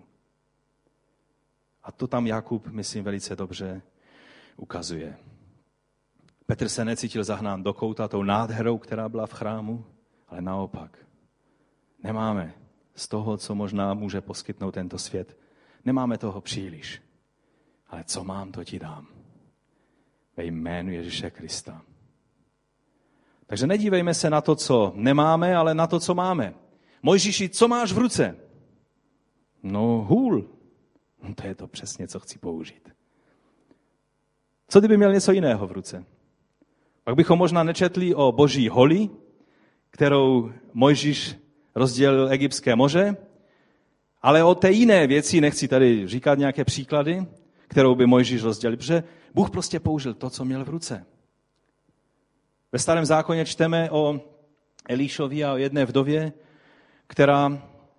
A to tam Jakub, myslím, velice dobře ukazuje. Petr se necítil zahnán do kouta tou nádherou, která byla v chrámu, ale naopak. Nemáme z toho, co možná může poskytnout tento svět. Nemáme toho příliš. Ale co mám, to ti dám. Ve jménu Ježíše Krista. Takže nedívejme se na to, co nemáme, ale na to, co máme. Mojžíši, co máš v ruce? No, hůl. No, to je to přesně, co chci použít. Co kdyby měl něco jiného v ruce? Pak bychom možná nečetli o boží holi, kterou Mojžíš rozdělil Egyptské moře, ale o té jiné věci, nechci tady říkat nějaké příklady, kterou by Mojžíš rozdělil, protože Bůh prostě použil to, co měl v ruce. Ve Starém zákoně čteme o Elišovi a o jedné vdově, která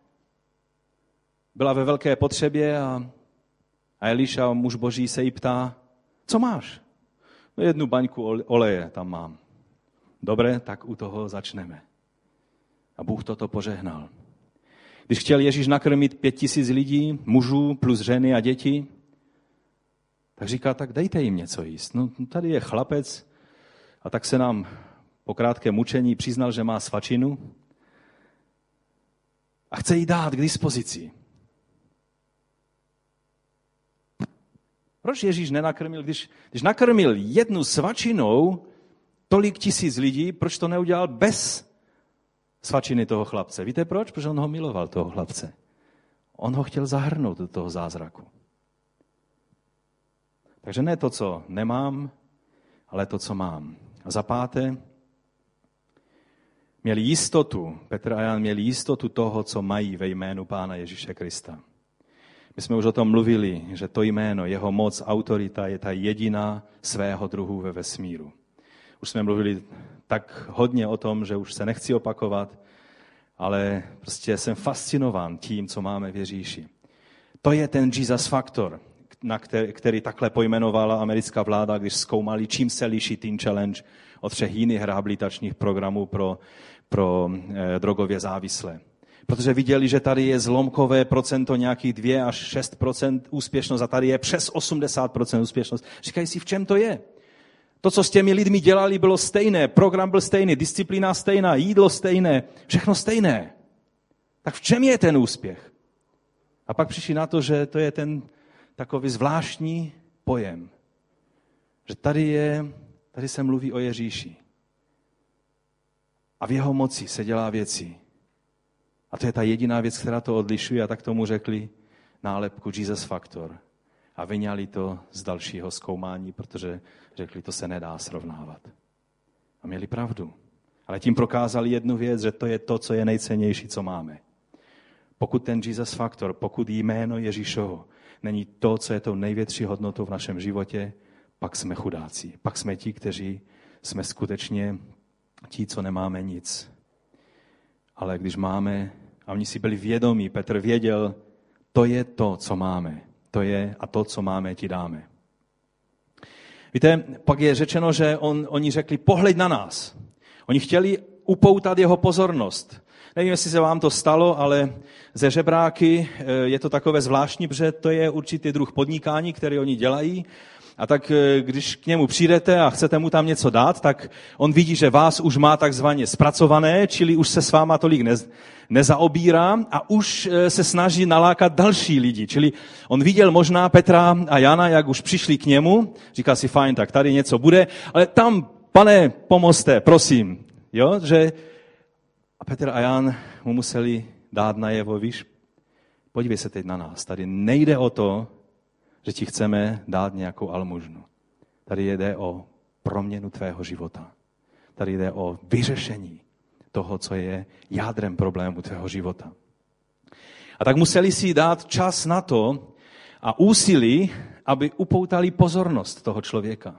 byla ve velké potřebě a, a Eliša, muž boží, se jí ptá, co máš? No, jednu baňku oleje tam mám. Dobré, tak u toho začneme. A Bůh toto požehnal. Když chtěl Ježíš nakrmit pět tisíc lidí, mužů plus ženy a děti, tak říká, tak dejte jim něco jíst. No, tady je chlapec a tak se nám po krátkém mučení přiznal, že má svačinu a chce jí dát k dispozici. Proč Ježíš nenakrmil, když, když nakrmil jednu svačinou tolik tisíc lidí, proč to neudělal bez svačiny toho chlapce? Víte proč? Protože on ho miloval, toho chlapce. On ho chtěl zahrnout do toho zázraku. Takže ne to, co nemám, ale to, co mám. A za páté, měli jistotu, Petr a Jan měli jistotu toho, co mají ve jménu Pána Ježíše Krista. My jsme už o tom mluvili, že to jméno, jeho moc, autorita je ta jediná svého druhu ve vesmíru. Už jsme mluvili tak hodně o tom, že už se nechci opakovat, ale prostě jsem fascinován tím, co máme v Ježíši. To je ten Jesus Factor, na který, který takhle pojmenovala americká vláda, když zkoumali, čím se liší Teen Challenge od všech jiných rehabilitačních programů pro, pro eh, drogově závislé. Protože viděli, že tady je zlomkové procento nějakých dva až šest procent úspěšnost a tady je přes osmdesát procent úspěšnost. Říkají si, v čem to je? To, co s těmi lidmi dělali, bylo stejné, program byl stejný, disciplína stejná, jídlo stejné, všechno stejné. Tak v čem je ten úspěch? A pak přišli na to, že to je ten takový zvláštní pojem. Že tady, je, tady se mluví o Ježíši. A v jeho moci se dělá věci. A to je ta jediná věc, která to odlišuje, a tak tomu řekli nálepku Jesus Factor. A vyňali to z dalšího zkoumání, protože řekli, to se nedá srovnávat. A měli pravdu. Ale tím prokázali jednu věc, že to je to, co je nejcennější, co máme. Pokud ten Jesus Factor, pokud jméno Ježíšovo není to, co je tou největší hodnotou v našem životě, pak jsme chudáci. Pak jsme ti, kteří jsme skutečně ti, co nemáme nic. Ale když máme, a oni si byli vědomí, Petr věděl, to je to, co máme. To je a to, co máme, ti dáme. Víte, pak je řečeno, že on, oni řekli, pohleď na nás. Oni chtěli upoutat jeho pozornost. Nevím, jestli se vám to stalo, ale ze žebráky je to takové zvláštní, protože to je určitý druh podnikání, který oni dělají. A tak když k němu přijdete a chcete mu tam něco dát, tak on vidí, že vás už má takzvaně zpracované, čili už se s váma tolik nez, nezaobírá a už se snaží nalákat další lidi. Čili on viděl možná Petra a Jana, jak už přišli k němu, říká si, fajn, tak tady něco bude, ale tam, pane, pomozte, prosím. Jo, že... A Petr a Jan mu museli dát najevo, víš, podívej se teď na nás, tady nejde o to, že ti chceme dát nějakou almužnu. Tady jde o proměnu tvého života. Tady jde o vyřešení toho, co je jádrem problému tvého života. A tak museli si dát čas na to a úsilí, aby upoutali pozornost toho člověka.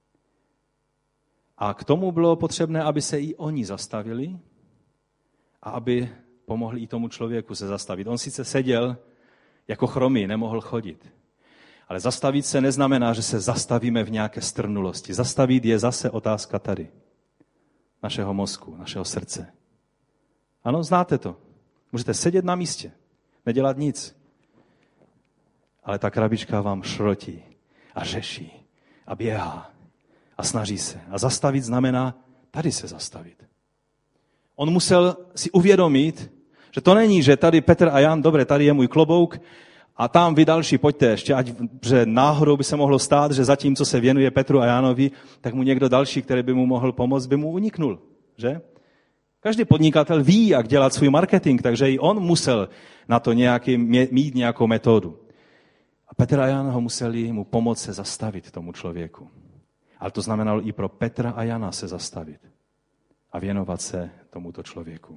A k tomu bylo potřebné, aby se i oni zastavili a aby pomohli i tomu člověku se zastavit. On sice seděl jako chromý, nemohl chodit. Ale zastavit se neznamená, že se zastavíme v nějaké strnulosti. Zastavit je zase otázka tady. Našeho mozku, našeho srdce. Ano, znáte to. Můžete sedět na místě, nedělat nic. Ale ta krabička vám šrotí a řeší a běhá a snaží se. A zastavit znamená tady se zastavit. On musel si uvědomit, že to není, že tady Petr a Jan, dobré, tady je můj klobouk, a tam vy další, pojďte ještě, ať, že náhodou by se mohlo stát, že zatímco se věnuje Petru a Jánovi, tak mu někdo další, který by mu mohl pomoct, by mu uniknul. Že? Každý podnikatel ví, jak dělat svůj marketing, takže i on musel na to nějaký, mít nějakou metodu. A Petr a Jan ho museli mu pomoct se zastavit tomu člověku. Ale to znamenalo i pro Petra a Jana se zastavit a věnovat se tomuto člověku.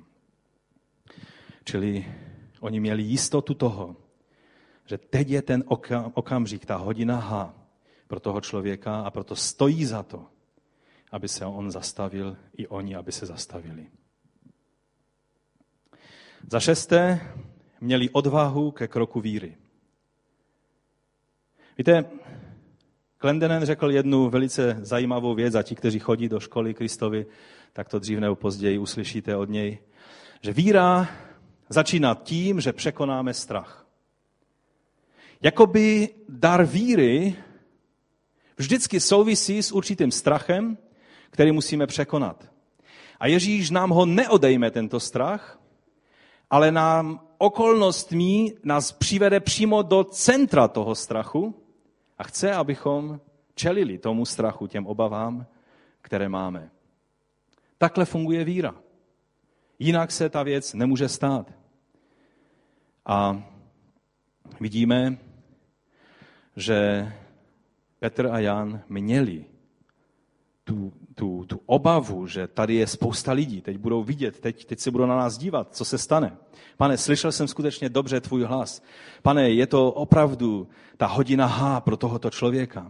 Čili oni měli jistotu toho, že teď je ten okamžik, ta hodina H pro toho člověka a proto stojí za to, aby se on zastavil, i oni, aby se zastavili. Za šesté, měli odvahu ke kroku víry. Víte, Clendennen řekl jednu velice zajímavou věc a ti, kteří chodí do školy Kristovi, tak to dřív nebo později uslyšíte od něj, že víra začíná tím, že překonáme strach. Jakoby dar víry vždycky souvisí s určitým strachem, který musíme překonat. A Ježíš nám ho neodejme, tento strach, ale nám okolnostmi nás přivede přímo do centra toho strachu A chce, abychom čelili tomu strachu, těm obavám, které máme. Takhle funguje víra. Jinak se ta věc nemůže stát. A vidíme, že Petr a Jan měli tu, tu, tu obavu, že tady je spousta lidí, teď budou vidět, teď, teď se budou na nás dívat, co se stane. Pane, slyšel jsem skutečně dobře tvůj hlas. Pane, je to opravdu ta hodina H pro tohoto člověka.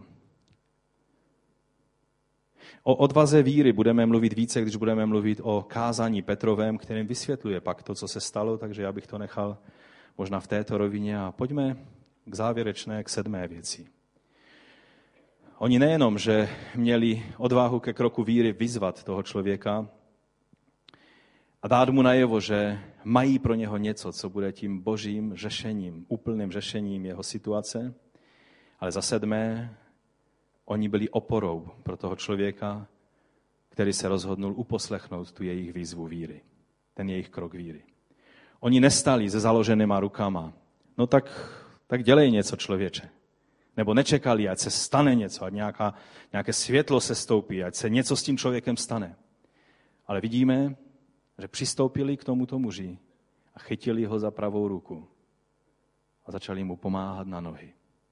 O odvaze víry budeme mluvit více, když budeme mluvit o kázání Petrovém, kterým vysvětluje pak to, co se stalo, takže já bych to nechal možná v této rovině a pojďme k závěrečné, k sedmé věci. Oni nejenom, že měli odvahu ke kroku víry vyzvat toho člověka a dát mu najevo, že mají pro něho něco, co bude tím božím řešením, úplným řešením jeho situace, ale za sedmé, oni byli oporou pro toho člověka, který se rozhodnul uposlechnout tu jejich výzvu víry, ten jejich krok víry. Oni nestali se založenýma rukama. No tak, tak dělej něco, člověče. Nebo nečekali, ať se stane něco, ať nějaká, nějaké světlo se stoupí, ať se něco s tím člověkem stane. Ale vidíme, že přistoupili k tomuto muži a chytili ho za pravou ruku a začali mu pomáhat na nohy.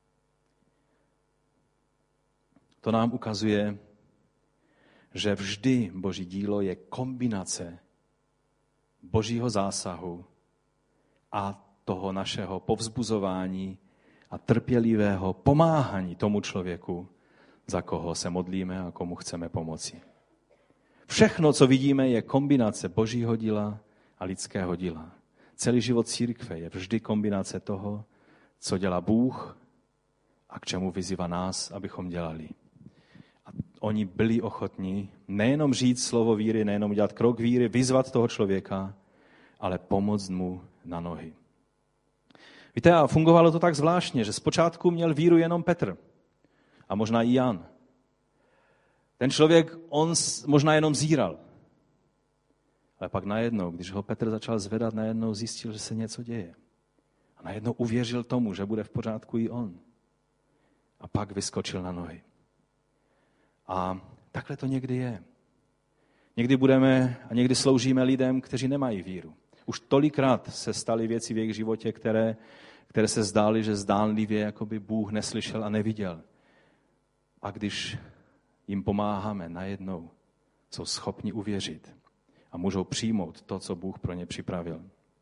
To nám ukazuje, že vždy Boží dílo je kombinace Božího zásahu a toho našeho povzbuzování a trpělivého pomáhání tomu člověku, za koho se modlíme a komu chceme pomoci. Všechno, co vidíme, je kombinace Božího díla a lidského díla. Celý život církve je vždy kombinace toho, co dělá Bůh a k čemu vyzývá nás, abychom dělali. A oni byli ochotní nejenom říct slovo víry, nejenom udělat krok víry, vyzvat toho člověka, ale pomoct mu na nohy. Víte, a fungovalo to tak zvláštně, že zpočátku měl víru jenom Petr a možná i Jan. Ten člověk, on možná jenom zíral. Ale pak najednou, když ho Petr začal zvedat, najednou zjistil, že se něco děje. A najednou uvěřil tomu, že bude v pořádku i on. A pak vyskočil na nohy. A takhle to někdy je. Někdy budeme a někdy sloužíme lidem, kteří nemají víru. Už tolikrát se staly věci v jejich životě, které, které se zdály, že zdánlivě jakoby Bůh neslyšel a neviděl. A když jim pomáháme, najednou jsou schopni uvěřit a můžou přijmout to, co Bůh pro ně připravil.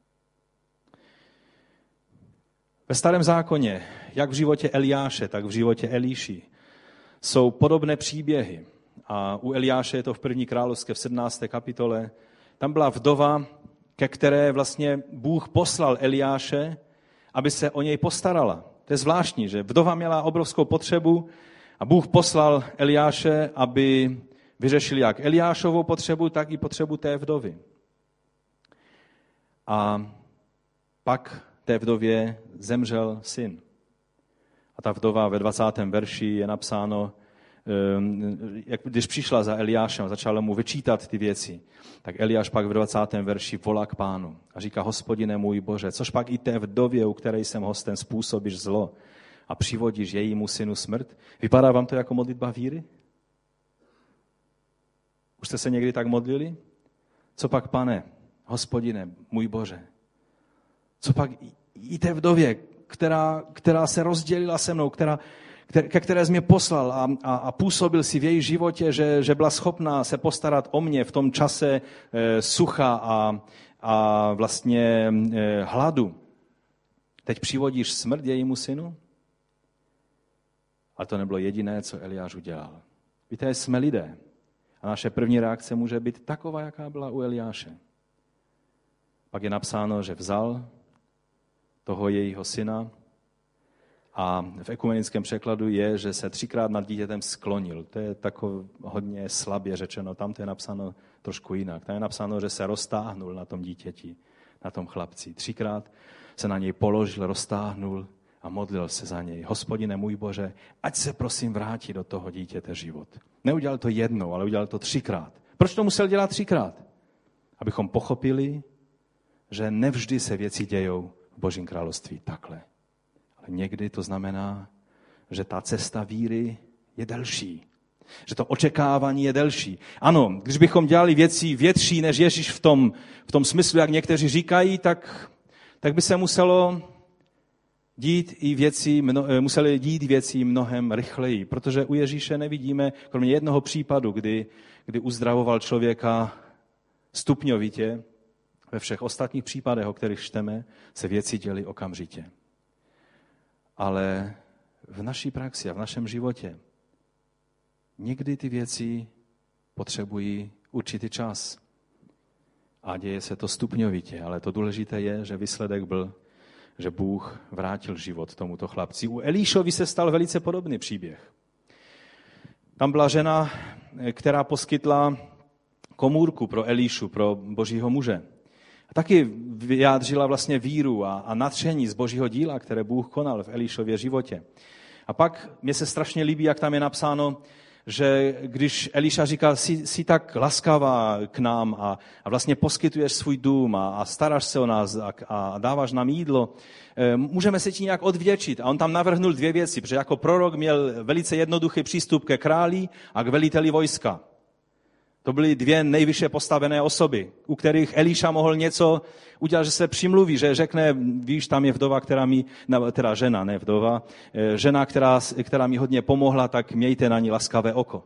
Ve Starém zákoně, jak v životě Eliáše, tak v životě Elíši, jsou podobné příběhy. A u Eliáše je to v první královské v sedmnácté kapitole. Tam byla vdova, ke které vlastně Bůh poslal Eliáše, aby se o něj postarala. To je zvláštní, že vdova měla obrovskou potřebu a Bůh poslal Eliáše, aby vyřešil jak Eliášovou potřebu, tak i potřebu té vdovy. A pak té vdově zemřel syn. A ta vdova ve dvacátém verši je napsáno, jak když přišla za Eliášem a začala mu vyčítat ty věci, tak Eliáš pak v dvacátém verši volá k Pánu a říká: Hospodine můj Bože, což pak i té vdově, u které jsem hosten, způsobíš zlo a přivodíš jejímu synu smrt? Vypadá vám to jako modlitba víry? Už jste se někdy tak modlili? Co pak, Pane, Hospodine můj Bože? Co pak i té vdově, která, která se rozdělila se mnou, která ke které jsi mě poslal a, a, a působil si v její životě, že, že byla schopná se postarat o mě v tom čase e, sucha a, a vlastně e, hladu. Teď přivodíš smrt jejímu synu? A to nebylo jediné, co Eliáš udělal. Víte, jsme lidé a naše první reakce může být taková, jaká byla u Eliáše. Pak je napsáno, že vzal toho jejího syna, a v ekumenickém překladu je, že se třikrát nad dítětem sklonil. To je takové hodně slabě řečeno. Tam to je napsáno trošku jinak. Tam je napsáno, že se roztáhnul na tom dítěti, na tom chlapci. Třikrát se na něj položil, roztáhnul a modlil se za něj. Hospodine můj Bože, ať se prosím vrátí do toho dítěte život. Neudělal to jednou, ale udělal to třikrát. Proč to musel dělat třikrát? Abychom pochopili, že nevždy se věci dějou v Božím království takhle. Ale někdy to znamená, že ta cesta víry je delší. Že to očekávání je delší. Ano, když bychom dělali věci větší než Ježíš v tom, v tom smyslu, jak někteří říkají, tak, tak by se muselo dít i věci, mno, museli dít věci mnohem rychleji, protože u Ježíše nevidíme, kromě jednoho případu, kdy, kdy uzdravoval člověka stupňovitě, ve všech ostatních případech, o kterých čteme, se věci děly okamžitě. Ale v naší praxi a v našem životě někdy ty věci potřebují určitý čas. A děje se to stupňovitě, ale to důležité je, že výsledek byl, že Bůh vrátil život tomuto chlapci. U Elíšovi se stal velice podobný příběh. Tam byla žena, která poskytla komůrku pro Elíšu, pro božího muže. A taky vyjádřila vlastně víru a, a nadšení z božího díla, které Bůh konal v Elíšově životě. A pak mně se strašně líbí, jak tam je napsáno, že když Elíša říká, jsi, jsi tak laskavá k nám a, a vlastně poskytuješ svůj dům a, a staráš se o nás a, a dáváš nám jídlo, můžeme se ti nějak odvděčit. A on tam navrhnul dvě věci, protože jako prorok měl velice jednoduchý přístup ke králi a k veliteli vojska. To byly dvě nejvyšší postavené osoby, u kterých Elíša mohl něco udělat, že se přimluví, že řekne, víš, tam je vdova, která mi, teda žena, ne vdova, žena, která, která mi hodně pomohla, tak mějte na ní laskavé oko.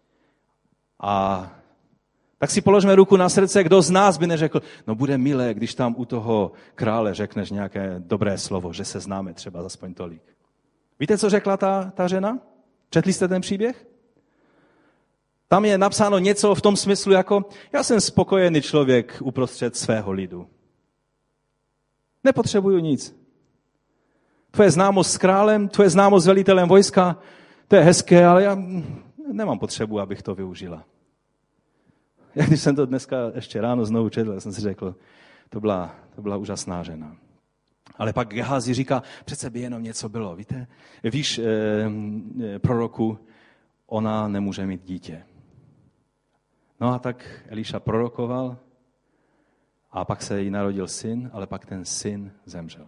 A tak si položme ruku na srdce, kdo z nás by neřekl, no bude milé, když tam u toho krále řekneš nějaké dobré slovo, že se známe třeba aspoň tolik. Víte, co řekla ta, ta žena? Četli jste ten příběh? Tam je napsáno něco v tom smyslu jako, já jsem spokojený člověk uprostřed svého lidu. Nepotřebuju nic. Tvoje známost s králem, tvoje známost s velitelem vojska, to je hezké, ale já nemám potřebu, abych to využila. Jak když jsem to dneska ještě ráno znovu četl, jsem si řekl, to byla, to byla úžasná žena. Ale pak Gehazi říká, přece by jenom něco bylo. Víte, víš, eh, proroku, ona nemůže mít dítě. No a tak Elíša prorokoval a pak se jí narodil syn, ale pak ten syn zemřel.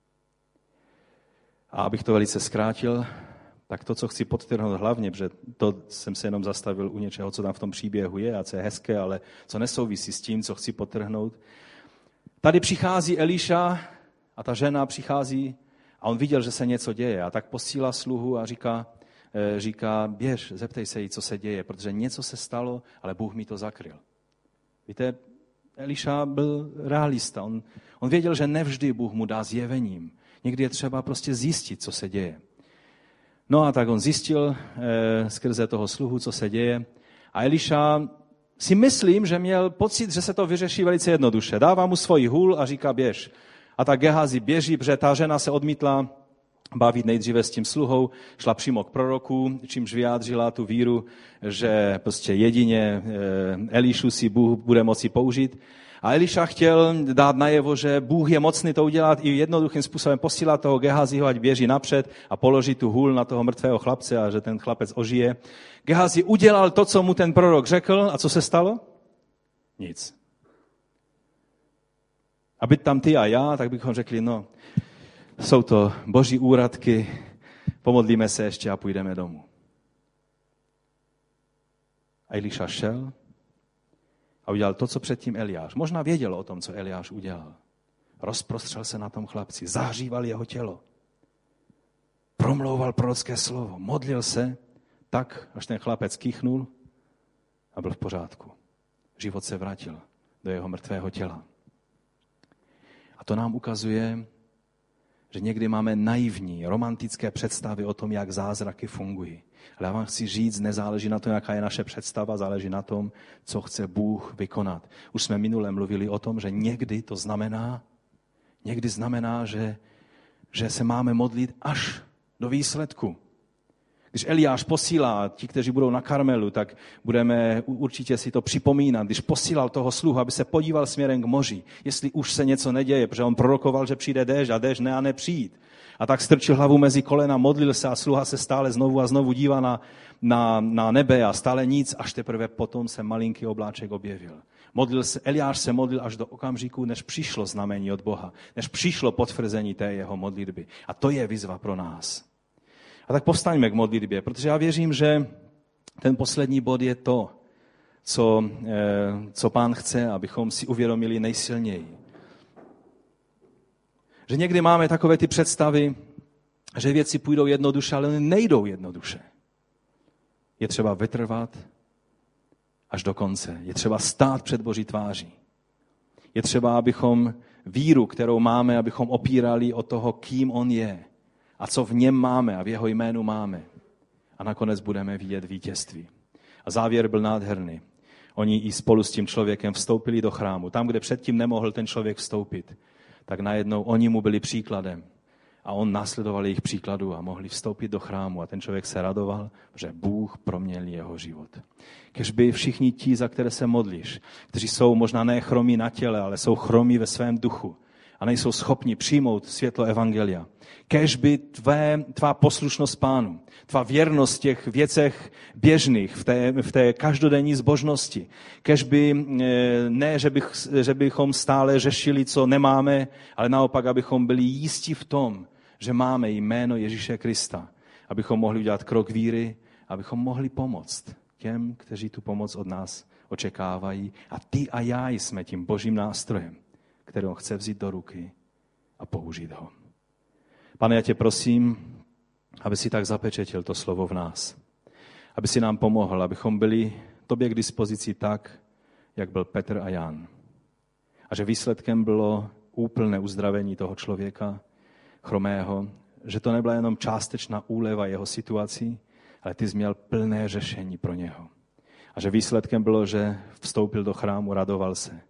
A abych to velice zkrátil, tak to, co chci podtrhnout hlavně, protože to jsem se jenom zastavil u něčeho, co tam v tom příběhu je a co je hezké, ale co nesouvisí s tím, co chci podtrhnout. Tady přichází Elíša a ta žena přichází a on viděl, že se něco děje a tak posílá sluhu a říká, říká, běž, zeptej se jí, co se děje, protože něco se stalo, ale Bůh mi to zakryl. Víte, Eliša byl realista. On, on věděl, že nevždy Bůh mu dá zjevením. Někdy je třeba prostě zjistit, co se děje. No a tak on zjistil eh, skrze toho sluhu, co se děje. A Eliša si myslím, že měl pocit, že se to vyřeší velice jednoduše. Dává mu svoji hůl a říká, běž. A tak Gehazi běží, protože ta žena se odmítla bavit nejdříve s tím sluhou, šla přímo k proroku, čímž vyjádřila tu víru, že prostě jedině Elišu si Bůh bude moci použít. A Eliša chtěl dát najevo, že Bůh je mocný to udělat i jednoduchým způsobem posílat toho Gehaziho, ať běží napřed a položí tu hůl na toho mrtvého chlapce a že ten chlapec ožije. Gehazi udělal to, co mu ten prorok řekl a co se stalo? Nic. A být tam ty a já, tak bychom řekli, no, jsou to boží úradky, pomodlíme se ještě a půjdeme domů. A Eliša šel a udělal to, co předtím Eliáš. Možná věděl o tom, co Eliáš udělal. Rozprostřel se na tom chlapci, zahříval jeho tělo. Promlouval prorocké slovo, modlil se tak, až ten chlapec kýchnul a byl v pořádku. Život se vrátil do jeho mrtvého těla. A to nám ukazuje, že někdy máme naivní, romantické představy o tom, jak zázraky fungují. Ale já vám chci říct, nezáleží na tom, jaká je naše představa, záleží na tom, co chce Bůh vykonat. Už jsme minule mluvili o tom, že někdy to znamená, někdy znamená, že, že se máme modlit až do výsledku. Když Eliáš posílá, ti, kteří budou na Karmelu, tak budeme určitě si to připomínat. Když posílal toho sluhu, aby se podíval směrem k moři, jestli už se něco neděje, protože on prorokoval, že přijde déšť a déšť ne a nepřijít. A tak strčil hlavu mezi kolena, modlil se a sluha se stále znovu a znovu dívá na, na, na nebe a stále nic, až teprve potom se malinký obláček objevil. Modlil se, Eliáš se modlil až do okamžiku, než přišlo znamení od Boha, než přišlo potvrzení té jeho modlitby. A to je výzva pro nás. A tak povstaňme k modlitbě, protože já věřím, že ten poslední bod je to, co, co Pán chce, abychom si uvědomili nejsilněji. Že někdy máme takové ty představy, že věci půjdou jednoduše, ale nejdou jednoduše. Je třeba vytrvat až do konce. Je třeba stát před Boží tváří. Je třeba, abychom víru, kterou máme, abychom opírali o toho, kým on je a co v něm máme a v jeho jménu máme. A nakonec budeme vidět vítězství. A závěr byl nádherný. Oni i spolu s tím člověkem vstoupili do chrámu. Tam, kde předtím nemohl ten člověk vstoupit, tak najednou oni mu byli příkladem. A on následoval jejich příkladu a mohli vstoupit do chrámu. A ten člověk se radoval, že Bůh proměnil jeho život. Kežby všichni ti, za které se modlíš, kteří jsou možná ne chromí na těle, ale jsou chromí ve svém duchu a nejsou schopni přijmout světlo evangelia. Kežby tvé, tvá poslušnost Pánu, tvá věrnost v těch věcech běžných, v té, v té každodenní zbožnosti. Kežby ne, že, bych, že bychom stále řešili, co nemáme, ale naopak, abychom byli jistí v tom, že máme jméno Ježíše Krista. Abychom mohli udělat krok víry, abychom mohli pomoct těm, kteří tu pomoc od nás očekávají. A ty a já jsme tím božím nástrojem, který on chce vzít do ruky a použít ho. Pane, já tě prosím, aby si tak zapečetil to slovo v nás. Aby si nám pomohl, abychom byli tobě k dispozici tak, jak byl Petr a Jan. A že výsledkem bylo úplné uzdravení toho člověka, chromého, že to nebyla jenom částečná úleva jeho situací, ale ty jsi měl plné řešení pro něho. A že výsledkem bylo, že vstoupil do chrámu, radoval se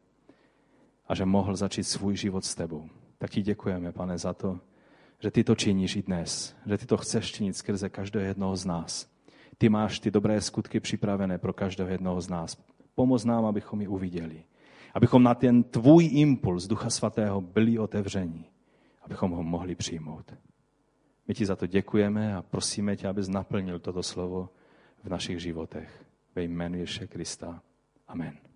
a že mohl začít svůj život s tebou. Tak ti děkujeme, Pane, za to, že ty to činíš i dnes, že ty to chceš činit skrze každého jednoho z nás. Ty máš ty dobré skutky připravené pro každého jednoho z nás. Pomoz nám, abychom ji uviděli. Abychom na ten tvůj impuls Ducha Svatého byli otevření. Abychom ho mohli přijmout. My ti za to děkujeme a prosíme tě, abys naplnil toto slovo v našich životech. Ve jménu Ježíše Krista. Amen.